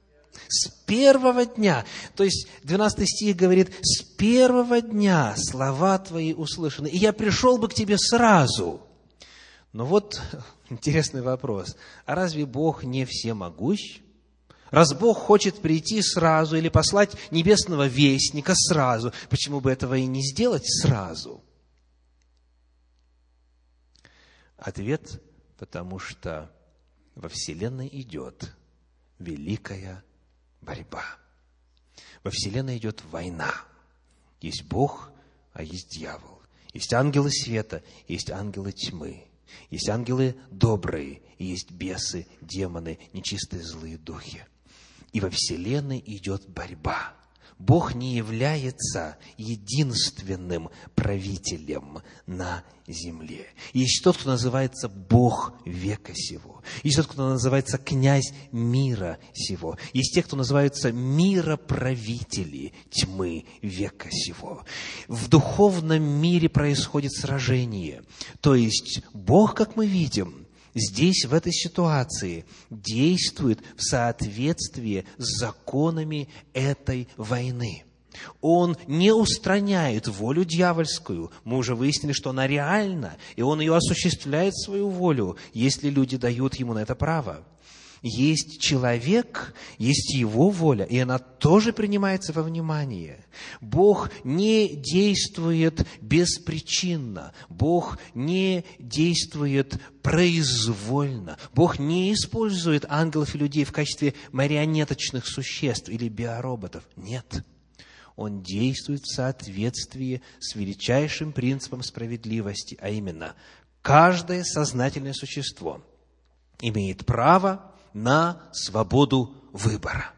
С первого дня. То есть двенадцатый стих говорит: «С первого дня слова твои услышаны, и я пришел бы к тебе сразу». Но вот интересный вопрос. А разве Бог не всемогущ? Раз Бог хочет прийти сразу или послать небесного вестника сразу, почему бы этого и не сделать сразу? Ответ: потому что во Вселенной идет великая борьба. Во Вселенной идет война. Есть Бог, а есть дьявол. Есть ангелы света, есть ангелы тьмы. Есть ангелы добрые, и есть бесы, демоны, нечистые злые духи. И во Вселенной идет борьба. Бог не является единственным правителем на земле. Есть тот, кто называется Бог века сего. Есть тот, кто называется князь мира сего. Есть те, кто называются мироправители тьмы века сего. В духовном мире происходит сражение. То есть Бог, как мы видим, здесь, в этой ситуации, действует в соответствии с законами этой войны. Он не устраняет волю дьявольскую. Мы уже выяснили, что она реальна, и он ее осуществляет, свою волю, если люди дают ему на это право. Есть человек, есть его воля, и она тоже принимается во внимание. Бог не действует беспричинно, Бог не действует произвольно, Бог не использует ангелов и людей в качестве марионеточных существ или биороботов. Нет. Он действует в соответствии с величайшим принципом справедливости, а именно, каждое сознательное существо имеет право на свободу выбора.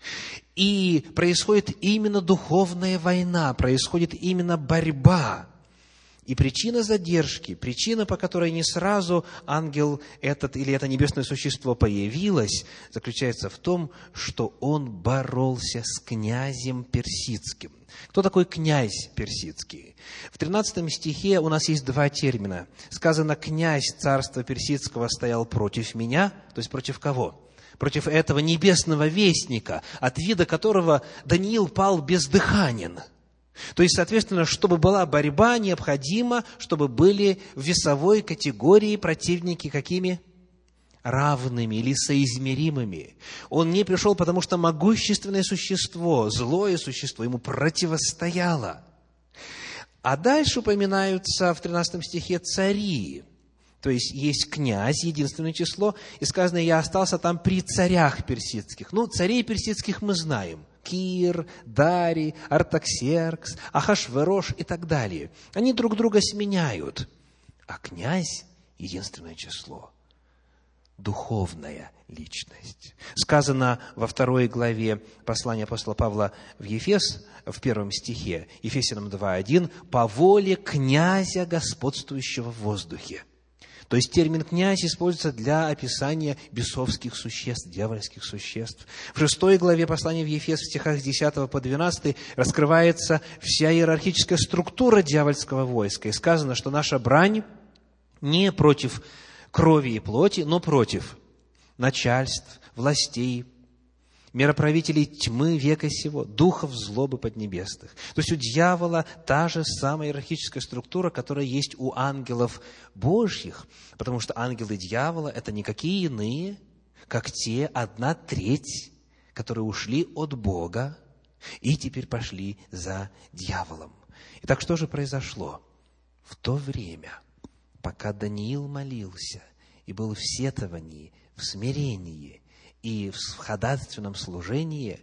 И происходит именно духовная война, происходит именно борьба. И причина задержки, причина, по которой не сразу ангел этот или это небесное существо появилось, заключается в том, что он боролся с князем персидским. Кто такой князь персидский? В тринадцатом стихе у нас есть два термина. Сказано: «Князь царства персидского стоял против меня». То есть против кого? Против этого небесного вестника, от вида которого Даниил пал бездыханен. То есть, соответственно, чтобы была борьба, необходимо, чтобы были в весовой категории противники какими? Равными или соизмеримыми. Он не пришел, потому что могущественное существо, злое существо ему противостояло. А дальше упоминаются в тринадцатом стихе цари. То есть, есть князь, единственное число, и сказано, я остался там при царях персидских. Ну, царей персидских мы знаем. Кир, Дарий, Артаксеркс, Ахашверош и так далее. Они друг друга сменяют. А князь – единственное число. Духовная личность. Сказано во второй главе послания апостола Павла в Ефес, в первом стихе, Ефесянам два один, «по воле князя, господствующего в воздухе». То есть термин «князь» используется для описания бесовских существ, дьявольских существ. В шестой главе послания в Ефес, в стихах с десятого по двенадцатый, раскрывается вся иерархическая структура дьявольского войска. И сказано, что наша брань не против крови и плоти, но против начальств, властей, мироправителей тьмы века сего, духов злобы поднебесных. То есть у дьявола та же самая иерархическая структура, которая есть у ангелов Божьих, потому что ангелы дьявола – это никакие иные, как те одна треть, которые ушли от Бога и теперь пошли за дьяволом. Итак, что же произошло? В то время, пока Даниил молился и был в сетовании, в смирении и в ходатайственном служении,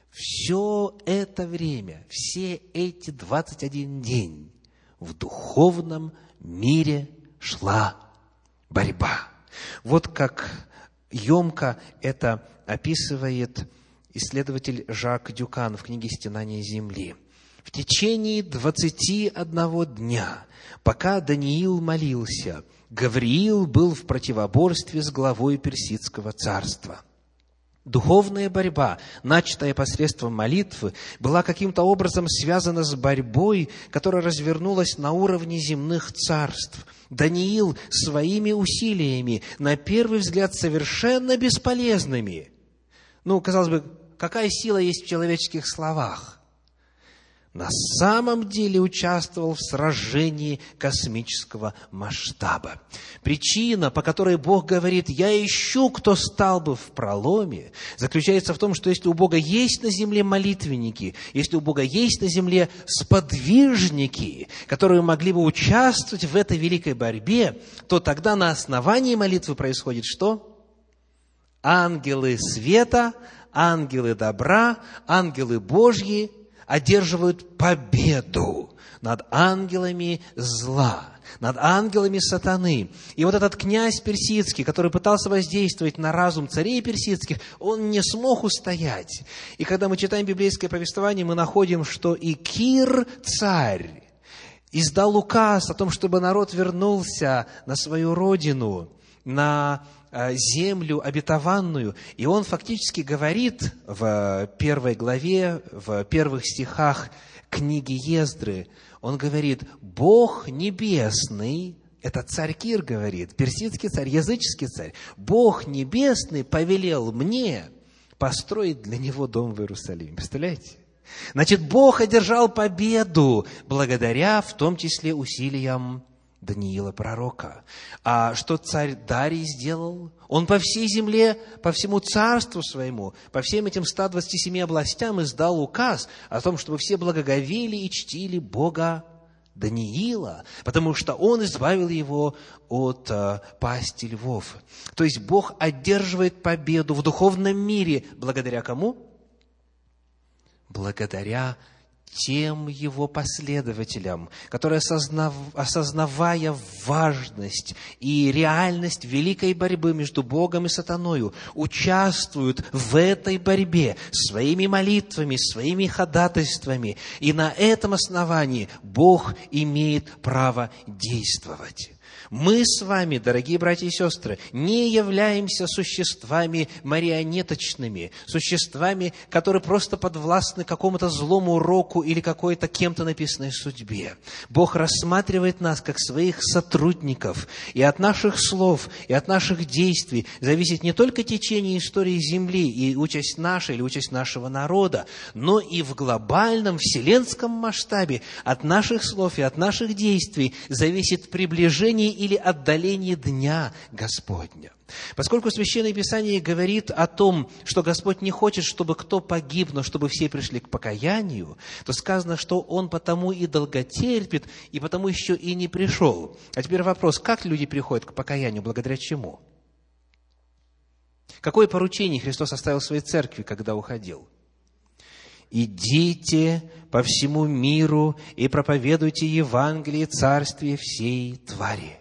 все это время, все эти двадцать один день в духовном мире шла борьба. Вот как емко это описывает исследователь Жак Дюкан в книге «Стенание земли». В течение двадцати одного дня, пока Даниил молился, Гавриил был в противоборстве с главой персидского царства. Духовная борьба, начатая посредством молитвы, была каким-то образом связана с борьбой, которая развернулась на уровне земных царств. Даниил своими усилиями, на первый взгляд совершенно бесполезными. Ну, казалось бы, какая сила есть в человеческих словах? На самом деле участвовал в сражении космического масштаба. Причина, по которой Бог говорит, я ищу, кто стал бы в проломе, заключается в том, что если у Бога есть на земле молитвенники, если у Бога есть на земле сподвижники, которые могли бы участвовать в этой великой борьбе, то тогда на основании молитвы происходит что? Ангелы света, ангелы добра, ангелы Божьи одерживают победу над ангелами зла, над ангелами сатаны. И вот этот князь персидский, который пытался воздействовать на разум царей персидских, он не смог устоять. И когда мы читаем библейское повествование, мы находим, что и Кир, царь, издал указ о том, чтобы народ вернулся на свою родину, на землю обетованную. И он фактически говорит в первой главе, в первых стихах книги Ездры, он говорит, Бог небесный, это царь Кир говорит, персидский царь, языческий царь, Бог небесный повелел мне построить для него дом в Иерусалиме. Представляете? Значит, Бог одержал победу благодаря, в том числе, усилиям Даниила пророка. А что царь Дарий сделал? Он по всей земле, по всему царству своему, по всем этим ста двадцати семи областям издал указ о том, чтобы все благоговели и чтили Бога Даниила, потому что он избавил его от э, пасти львов. То есть Бог одерживает победу в духовном мире благодаря кому? Благодаря тем его последователям, которые, осознав, осознавая важность и реальность великой борьбы между Богом и сатаною, участвуют в этой борьбе своими молитвами, своими ходатайствами. И на этом основании Бог имеет право действовать. Мы с вами, дорогие братья и сестры, не являемся существами марионеточными, существами, которые просто подвластны какому-то злому уроку или какой-то кем-то написанной судьбе. Бог рассматривает нас как своих сотрудников, и от наших слов, и от наших действий зависит не только течение истории Земли и участь наша или участь нашего народа, но и в глобальном вселенском масштабе от наших слов и от наших действий зависит приближение или отдаление Дня Господня. Поскольку Священное Писание говорит о том, что Господь не хочет, чтобы кто погиб, но чтобы все пришли к покаянию, то сказано, что Он потому и долготерпит, и потому еще и не пришел. А теперь вопрос, как люди приходят к покаянию, благодаря чему? Какое поручение Христос оставил своей церкви, когда уходил? «Идите по всему миру и проповедуйте Евангелие Царствия всей твари».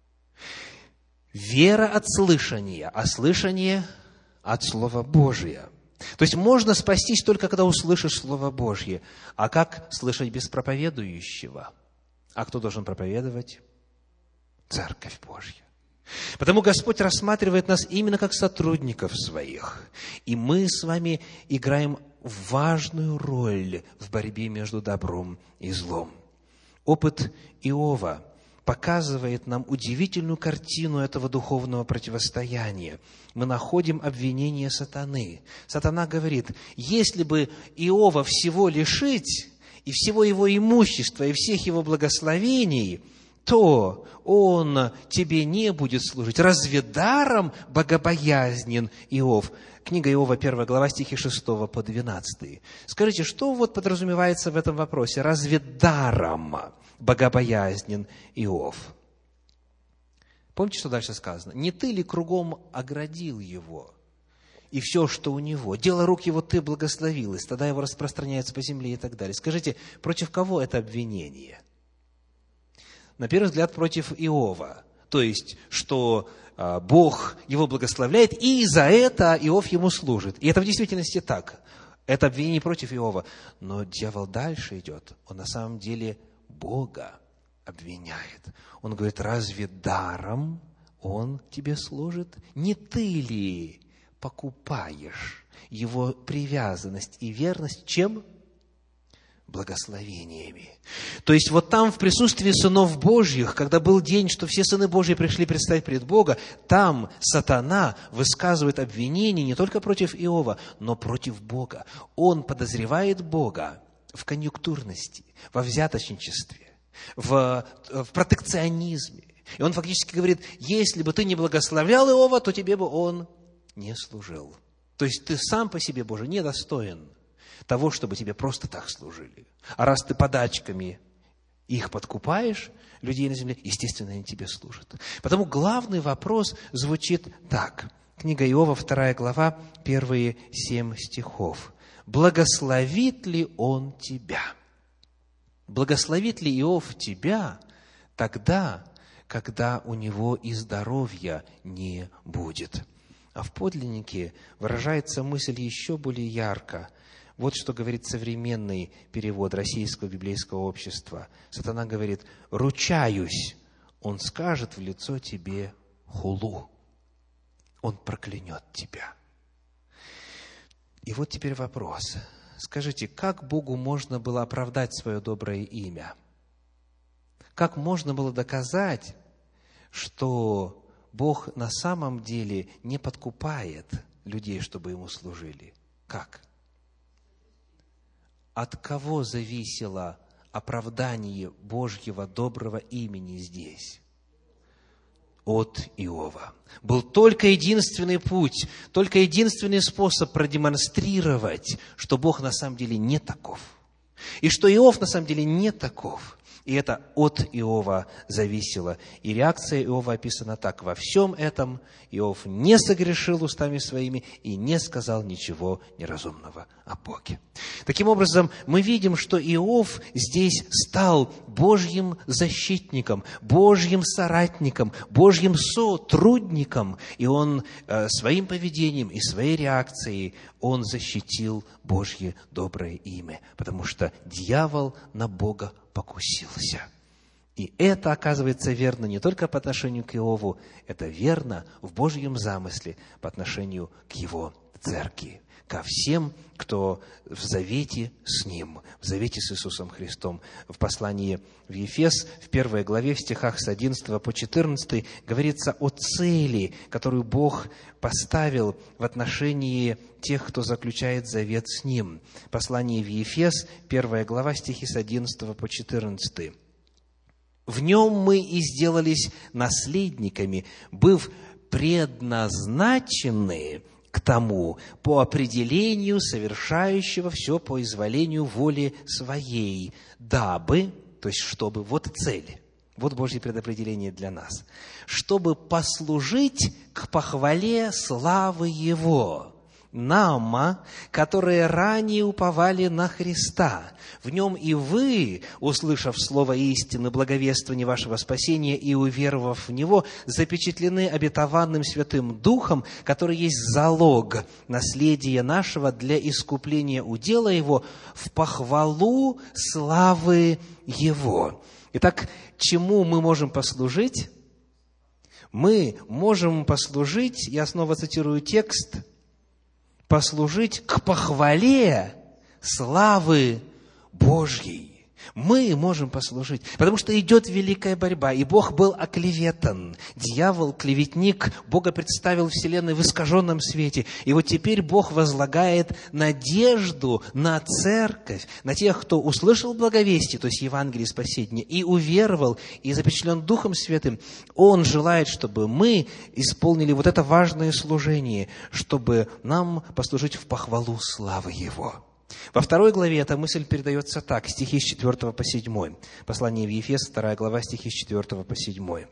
Вера от слышания, а слышание от Слова Божия. То есть можно спастись только, когда услышишь Слово Божье. А как слышать без проповедующего? А кто должен проповедовать? Церковь Божья. Потому Господь рассматривает нас именно как сотрудников своих. И мы с вами играем важную роль в борьбе между добром и злом. Опыт Иова показывает нам удивительную картину этого духовного противостояния. Мы находим обвинение сатаны. Сатана говорит, если бы Иова всего лишить, и всего его имущества, и всех его благословений, то он тебе не будет служить. Разве даром богобоязнен Иов? Книга Иова, первая глава, стихи шестого по двенадцатый. Скажите, что вот подразумевается в этом вопросе? Разве даром богобоязнен Иов? Помните, что дальше сказано? Не ты ли кругом оградил его? И все, что у него, дело рук его ты благословил, и стада его распространяются по земле и так далее. Скажите, против кого это обвинение? На первый взгляд, против Иова. То есть, что а, Бог его благословляет, и за это Иов ему служит. И это в действительности так. Это обвинение против Иова. Но дьявол дальше идет. Он на самом деле Бога обвиняет. Он говорит, разве даром он тебе служит? Не ты ли покупаешь его привязанность и верность чем? Благословениями. То есть вот там в присутствии сынов Божьих, когда был день, что все сыны Божьи пришли предстать пред Бога, там сатана высказывает обвинение не только против Иова, но против Бога. Он подозревает Бога в конъюнктурности, во взяточничестве, в, в протекционизме. И он фактически говорит, если бы ты не благословлял Иова, то тебе бы он не служил. То есть ты сам по себе, Боже, недостоин того, чтобы тебе просто так служили. А раз ты подачками их подкупаешь, людей на земле, естественно, они тебе служат. Потому главный вопрос звучит так. Книга Иова, вторая глава, первые семь стихов. «Благословит ли он тебя?» Благословит ли Иов тебя тогда, когда у него и здоровья не будет? А в подлиннике выражается мысль еще более ярко. Вот что говорит современный перевод Российского библейского общества. Сатана говорит, ручаюсь, он скажет в лицо тебе хулу. Он проклянет тебя. И вот теперь вопрос. Скажите, как Богу можно было оправдать свое доброе имя? Как можно было доказать, что Бог на самом деле не подкупает людей, чтобы Ему служили? Как? От кого зависело оправдание Божьего доброго имени здесь? От Иова. Был только единственный путь, только единственный способ продемонстрировать, что Бог на самом деле не таков. И что Иов на самом деле не таков. И это от Иова зависело. И реакция Иова описана так. Во всем этом Иов не согрешил устами своими и не сказал ничего неразумного о Боге. Таким образом, мы видим, что Иов здесь стал Божьим защитником, Божьим соратником, Божьим сотрудником. И он э, своим поведением и своей реакцией он защитил Божье доброе имя. Потому что дьявол на Бога покусился. И это оказывается верно не только по отношению к Иову, это верно в Божьем замысле по отношению к Его церкви, ко всем, кто в завете с Ним, в завете с Иисусом Христом. В послании в Ефес, в первой главе, в стихах с одиннадцатого по четырнадцатый, говорится о цели, которую Бог поставил в отношении тех, кто заключает завет с Ним. Послание в Ефес, первая глава, стихи с одиннадцатого по четырнадцатый. «В нем мы и сделались наследниками, быв предназначены к тому по определению совершающего все по изволению воли своей, дабы», то есть чтобы, вот цель, вот Божье предопределение для нас, чтобы послужить к похвале славы Его, нам, которые ранее уповали на Христа. В Нем и вы, услышав слово истины, благовествование вашего спасения и уверовав в Него, запечатлены обетованным Святым Духом, который есть залог наследия нашего для искупления удела Его в похвалу славы Его. Итак, чему мы можем послужить? Мы можем послужить, я снова цитирую текст, послужить к похвале славы Божьей. Мы можем послужить, потому что идет великая борьба, и Бог был оклеветан. Дьявол, клеветник, Бога представил вселенной в искаженном свете. И вот теперь Бог возлагает надежду на церковь, на тех, кто услышал благовестие, то есть Евангелие спасения, и уверовал, и запечатлен Духом Святым. Он желает, чтобы мы исполнили вот это важное служение, чтобы нам послужить в похвалу славы Его. Во второй главе эта мысль передается так, стихи с четвертого по седьмой. Послание в Ефес, вторая глава, стихи с четвертого по седьмой.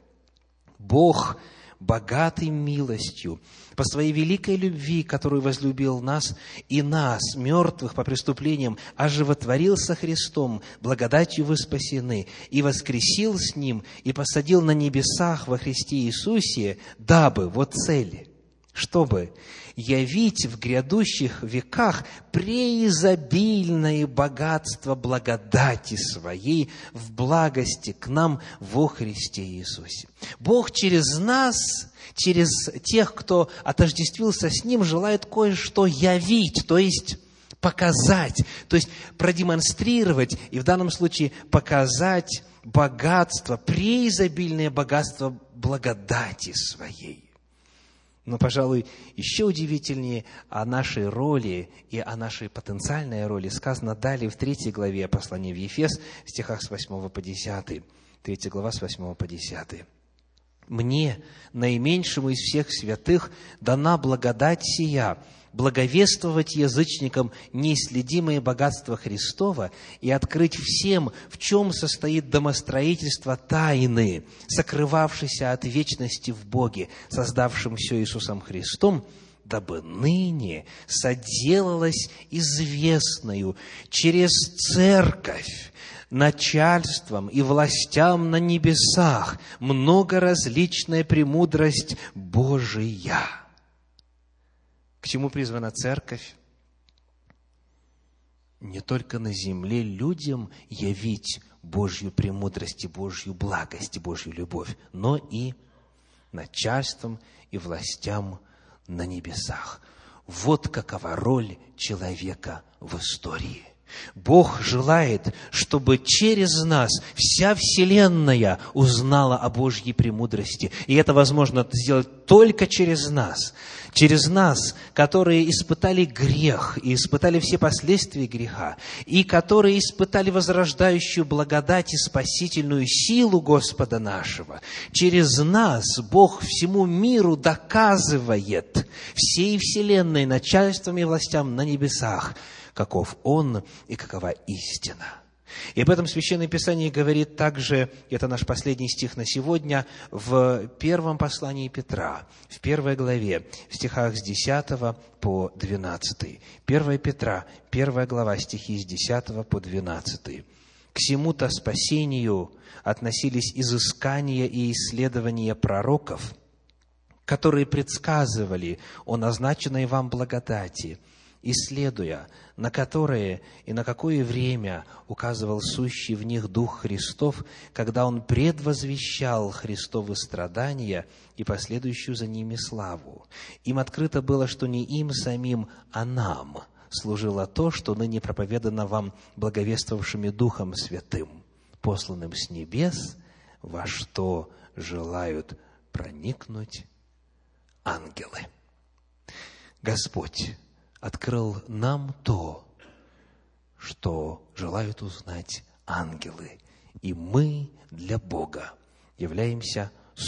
«Бог, богатый милостью, по своей великой любви, которую возлюбил нас, и нас, мертвых по преступлениям, оживотворил со Христом, благодатью вы спасены, и воскресил с Ним, и посадил на небесах во Христе Иисусе, дабы», вот цель, чтобы явить в грядущих веках преизобильное богатство благодати Своей в благости к нам во Христе Иисусе. Бог через нас, через тех, кто отождествился с Ним, желает кое-что явить, то есть показать, то есть продемонстрировать, и в данном случае показать богатство, преизобильное богатство благодати Своей. Но, пожалуй, еще удивительнее о нашей роли и о нашей потенциальной роли сказано далее в третьей главе послания в Ефес, в стихах с восьмого по десятый. Третья глава с восьмого по десятый. «Мне, наименьшему из всех святых, дана благодать сия, благовествовать язычникам неисследимое богатство Христова и открыть всем, в чем состоит домостроительство тайны, сокрывавшейся от вечности в Боге, создавшем все Иисусом Христом, дабы ныне соделалось известною через церковь начальством и властям на небесах многоразличная премудрость Божия». К чему призвана церковь? Не только на земле людям явить Божью премудрость и Божью благость и Божью любовь, но и начальством и властям на небесах. Вот какова роль человека в истории. Бог желает, чтобы через нас вся вселенная узнала о Божьей премудрости. И это возможно сделать только через нас. Через нас, которые испытали грех и испытали все последствия греха, и которые испытали возрождающую благодать и спасительную силу Господа нашего. Через нас Бог всему миру доказывает, всей вселенной, начальством и властям на небесах, каков Он и какова истина. И об этом Священное Писание говорит также, это наш последний стих на сегодня, в первом послании Петра, в первой главе, в стихах с десятого по двенадцатый. первое Петра, первая глава, стихи с десятого по двенадцатый. «К сему-то спасению относились изыскания и исследования пророков, которые предсказывали о назначенной вам благодати, исследуя, на которое и на какое время указывал сущий в них Дух Христов, когда Он предвозвещал Христовы страдания и последующую за ними славу. Им открыто было, что не им самим, а нам служило то, что ныне проповедано вам благовествовавшими Духом Святым, посланным с небес, во что желают проникнуть ангелы. Господь открыл нам то, что желают узнать ангелы, и мы для Бога являемся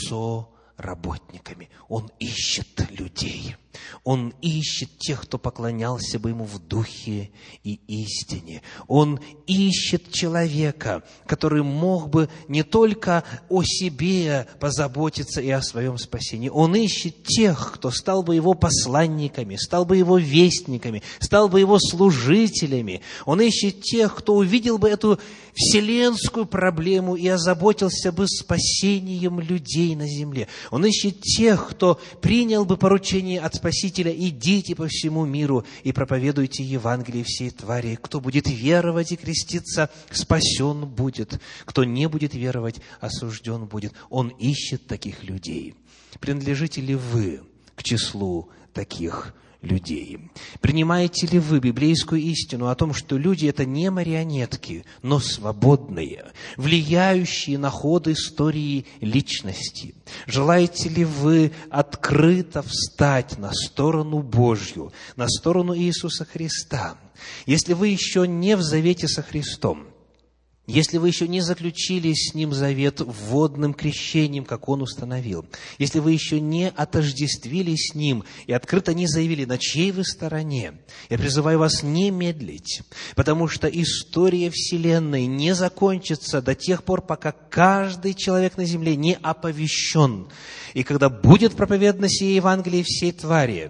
соработниками. Он ищет людей. Он ищет тех, кто поклонялся бы Ему в духе и истине. Он ищет человека, который мог бы не только о себе позаботиться и о своем спасении. Он ищет тех, кто стал бы Его посланниками, стал бы Его вестниками, стал бы Его служителями. Он ищет тех, кто увидел бы эту вселенскую проблему и озаботился бы спасением людей на земле. Он ищет тех, кто принял бы поручение от Спасителя: идите по всему миру и проповедуйте Евангелие всей твари. Кто будет веровать и креститься, спасен будет. Кто не будет веровать, осужден будет. Он ищет таких людей. Принадлежите ли вы к числу таких людей? Принимаете ли вы библейскую истину о том, что люди – это не марионетки, но свободные, влияющие на ход истории личности? Желаете ли вы открыто встать на сторону Божью, на сторону Иисуса Христа? Если вы еще не в завете со Христом, если вы еще не заключили с Ним завет водным крещением, как Он установил, если вы еще не отождествились с Ним и открыто не заявили, на чьей вы стороне, я призываю вас не медлить, потому что история Вселенной не закончится до тех пор, пока каждый человек на земле не оповещен. И когда будет проповедано сие Евангелие всей твари,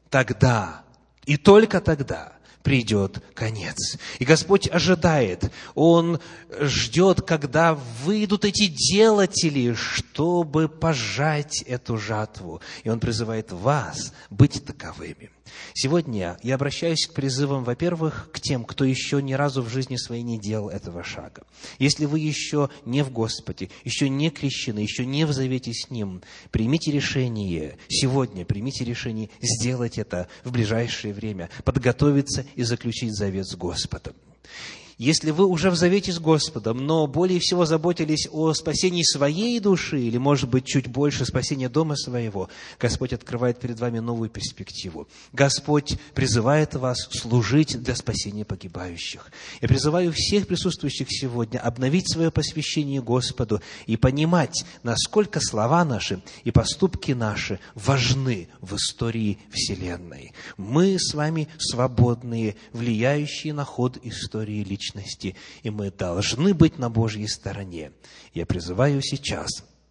тогда, и только тогда, придет конец. И Господь ожидает, Он ждет, когда выйдут эти делатели, чтобы пожать эту жатву. И Он призывает вас быть таковыми. Сегодня я обращаюсь к призывам, во-первых, к тем, кто еще ни разу в жизни своей не делал этого шага. Если вы еще не в Господе, еще не крещены, еще не в завете с Ним, примите решение, сегодня примите решение сделать это в ближайшее время, подготовиться и заключить завет с Господом. Если вы уже в завете с Господом, но более всего заботились о спасении своей души, или, может быть, чуть больше спасения дома своего, Господь открывает перед вами новую перспективу. Господь призывает вас служить для спасения погибающих. Я призываю всех присутствующих сегодня обновить свое посвящение Господу и понимать, насколько слова наши и поступки наши важны в истории Вселенной. Мы с вами свободные, влияющие на ход истории личности. И мы должны быть на Божьей стороне. Я призываю сейчас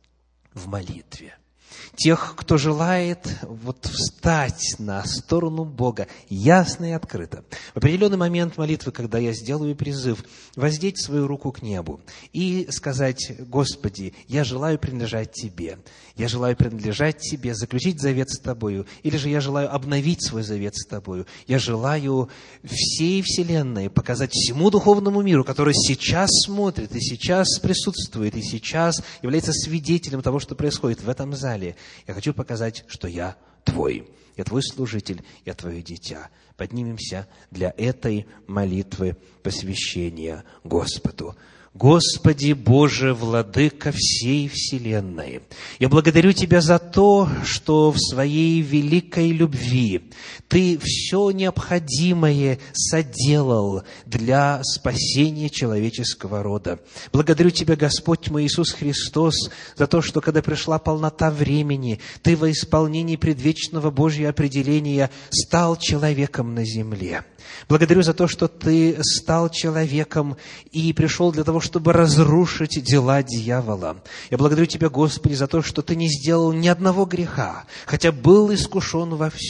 в молитве тех, кто желает вот встать на сторону Бога ясно и открыто. В определенный момент молитвы, когда я сделаю призыв, воздеть свою руку к небу и сказать: Господи, я желаю принадлежать Тебе. Я желаю принадлежать Тебе, заключить завет с Тобою, или же я желаю обновить свой завет с Тобою. Я желаю всей Вселенной показать всему духовному миру, который сейчас смотрит, и сейчас присутствует, и сейчас является свидетелем того, что происходит в этом зале. Я хочу показать, что я Твой. Я Твой служитель, я Твое дитя. Поднимемся для этой молитвы посвящения Господу. Господи Боже, Владыка всей вселенной, я благодарю Тебя за то, что в Своей великой любви Ты все необходимое соделал для спасения человеческого рода. Благодарю Тебя, Господь мой Иисус Христос, за то, что, когда пришла полнота времени, Ты во исполнении предвечного Божьего определения стал человеком на земле. Благодарю за то, что Ты стал человеком и пришел для того, чтобы разрушить дела дьявола. Я благодарю Тебя, Господи, за то, что Ты не сделал ни одного греха, хотя был искушен во всем.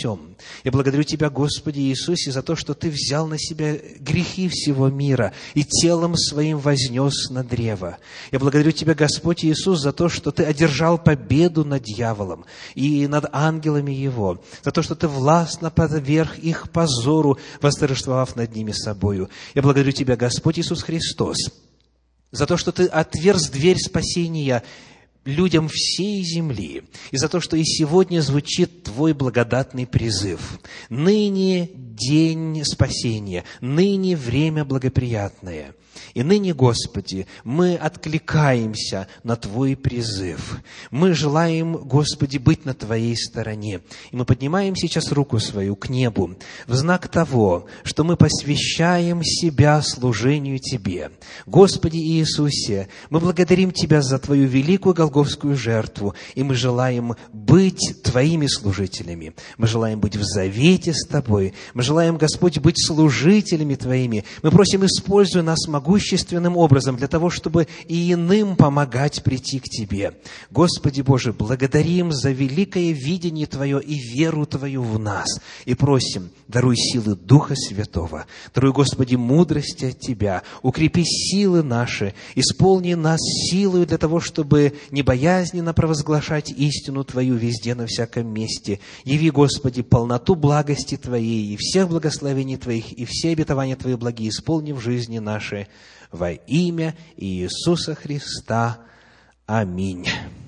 Я благодарю Тебя, Господи Иисусе, за то, что Ты взял на Себя грехи всего мира и телом Своим вознес на древо. Я благодарю Тебя, Господь Иисус, за то, что Ты одержал победу над дьяволом и над ангелами его, за то, что Ты властно подверг их позору, восторжествовав над ними собою. Я благодарю Тебя, Господь Иисус Христос, за то, что Ты отверз дверь спасения людям всей земли, и за то, что и сегодня звучит Твой благодатный призыв. Ныне день спасения, ныне время благоприятное. И ныне, Господи, мы откликаемся на Твой призыв. Мы желаем, Господи, быть на Твоей стороне. И мы поднимаем сейчас руку свою к небу в знак того, что мы посвящаем себя служению Тебе. Господи Иисусе, мы благодарим Тебя за Твою великую голгофскую жертву, и мы желаем быть Твоими служителями. Мы желаем быть в завете с Тобой. Мы желаем, Господь, быть служителями Твоими. Мы просим, используй нас могущественным образом для того, чтобы и иным помогать прийти к Тебе. Господи Боже, благодарим за великое видение Твое и веру Твою в нас. И просим, даруй силы Духа Святого. Даруй, Господи, мудрости от Тебя. Укрепи силы наши. Исполни нас силою для того, чтобы небоязненно провозглашать истину Твою везде, на всяком месте. Яви, Господи, полноту благости Твоей и всех благословений Твоих, и все обетования Твои благие исполни в жизни нашей. Во имя Иисуса Христа. Аминь.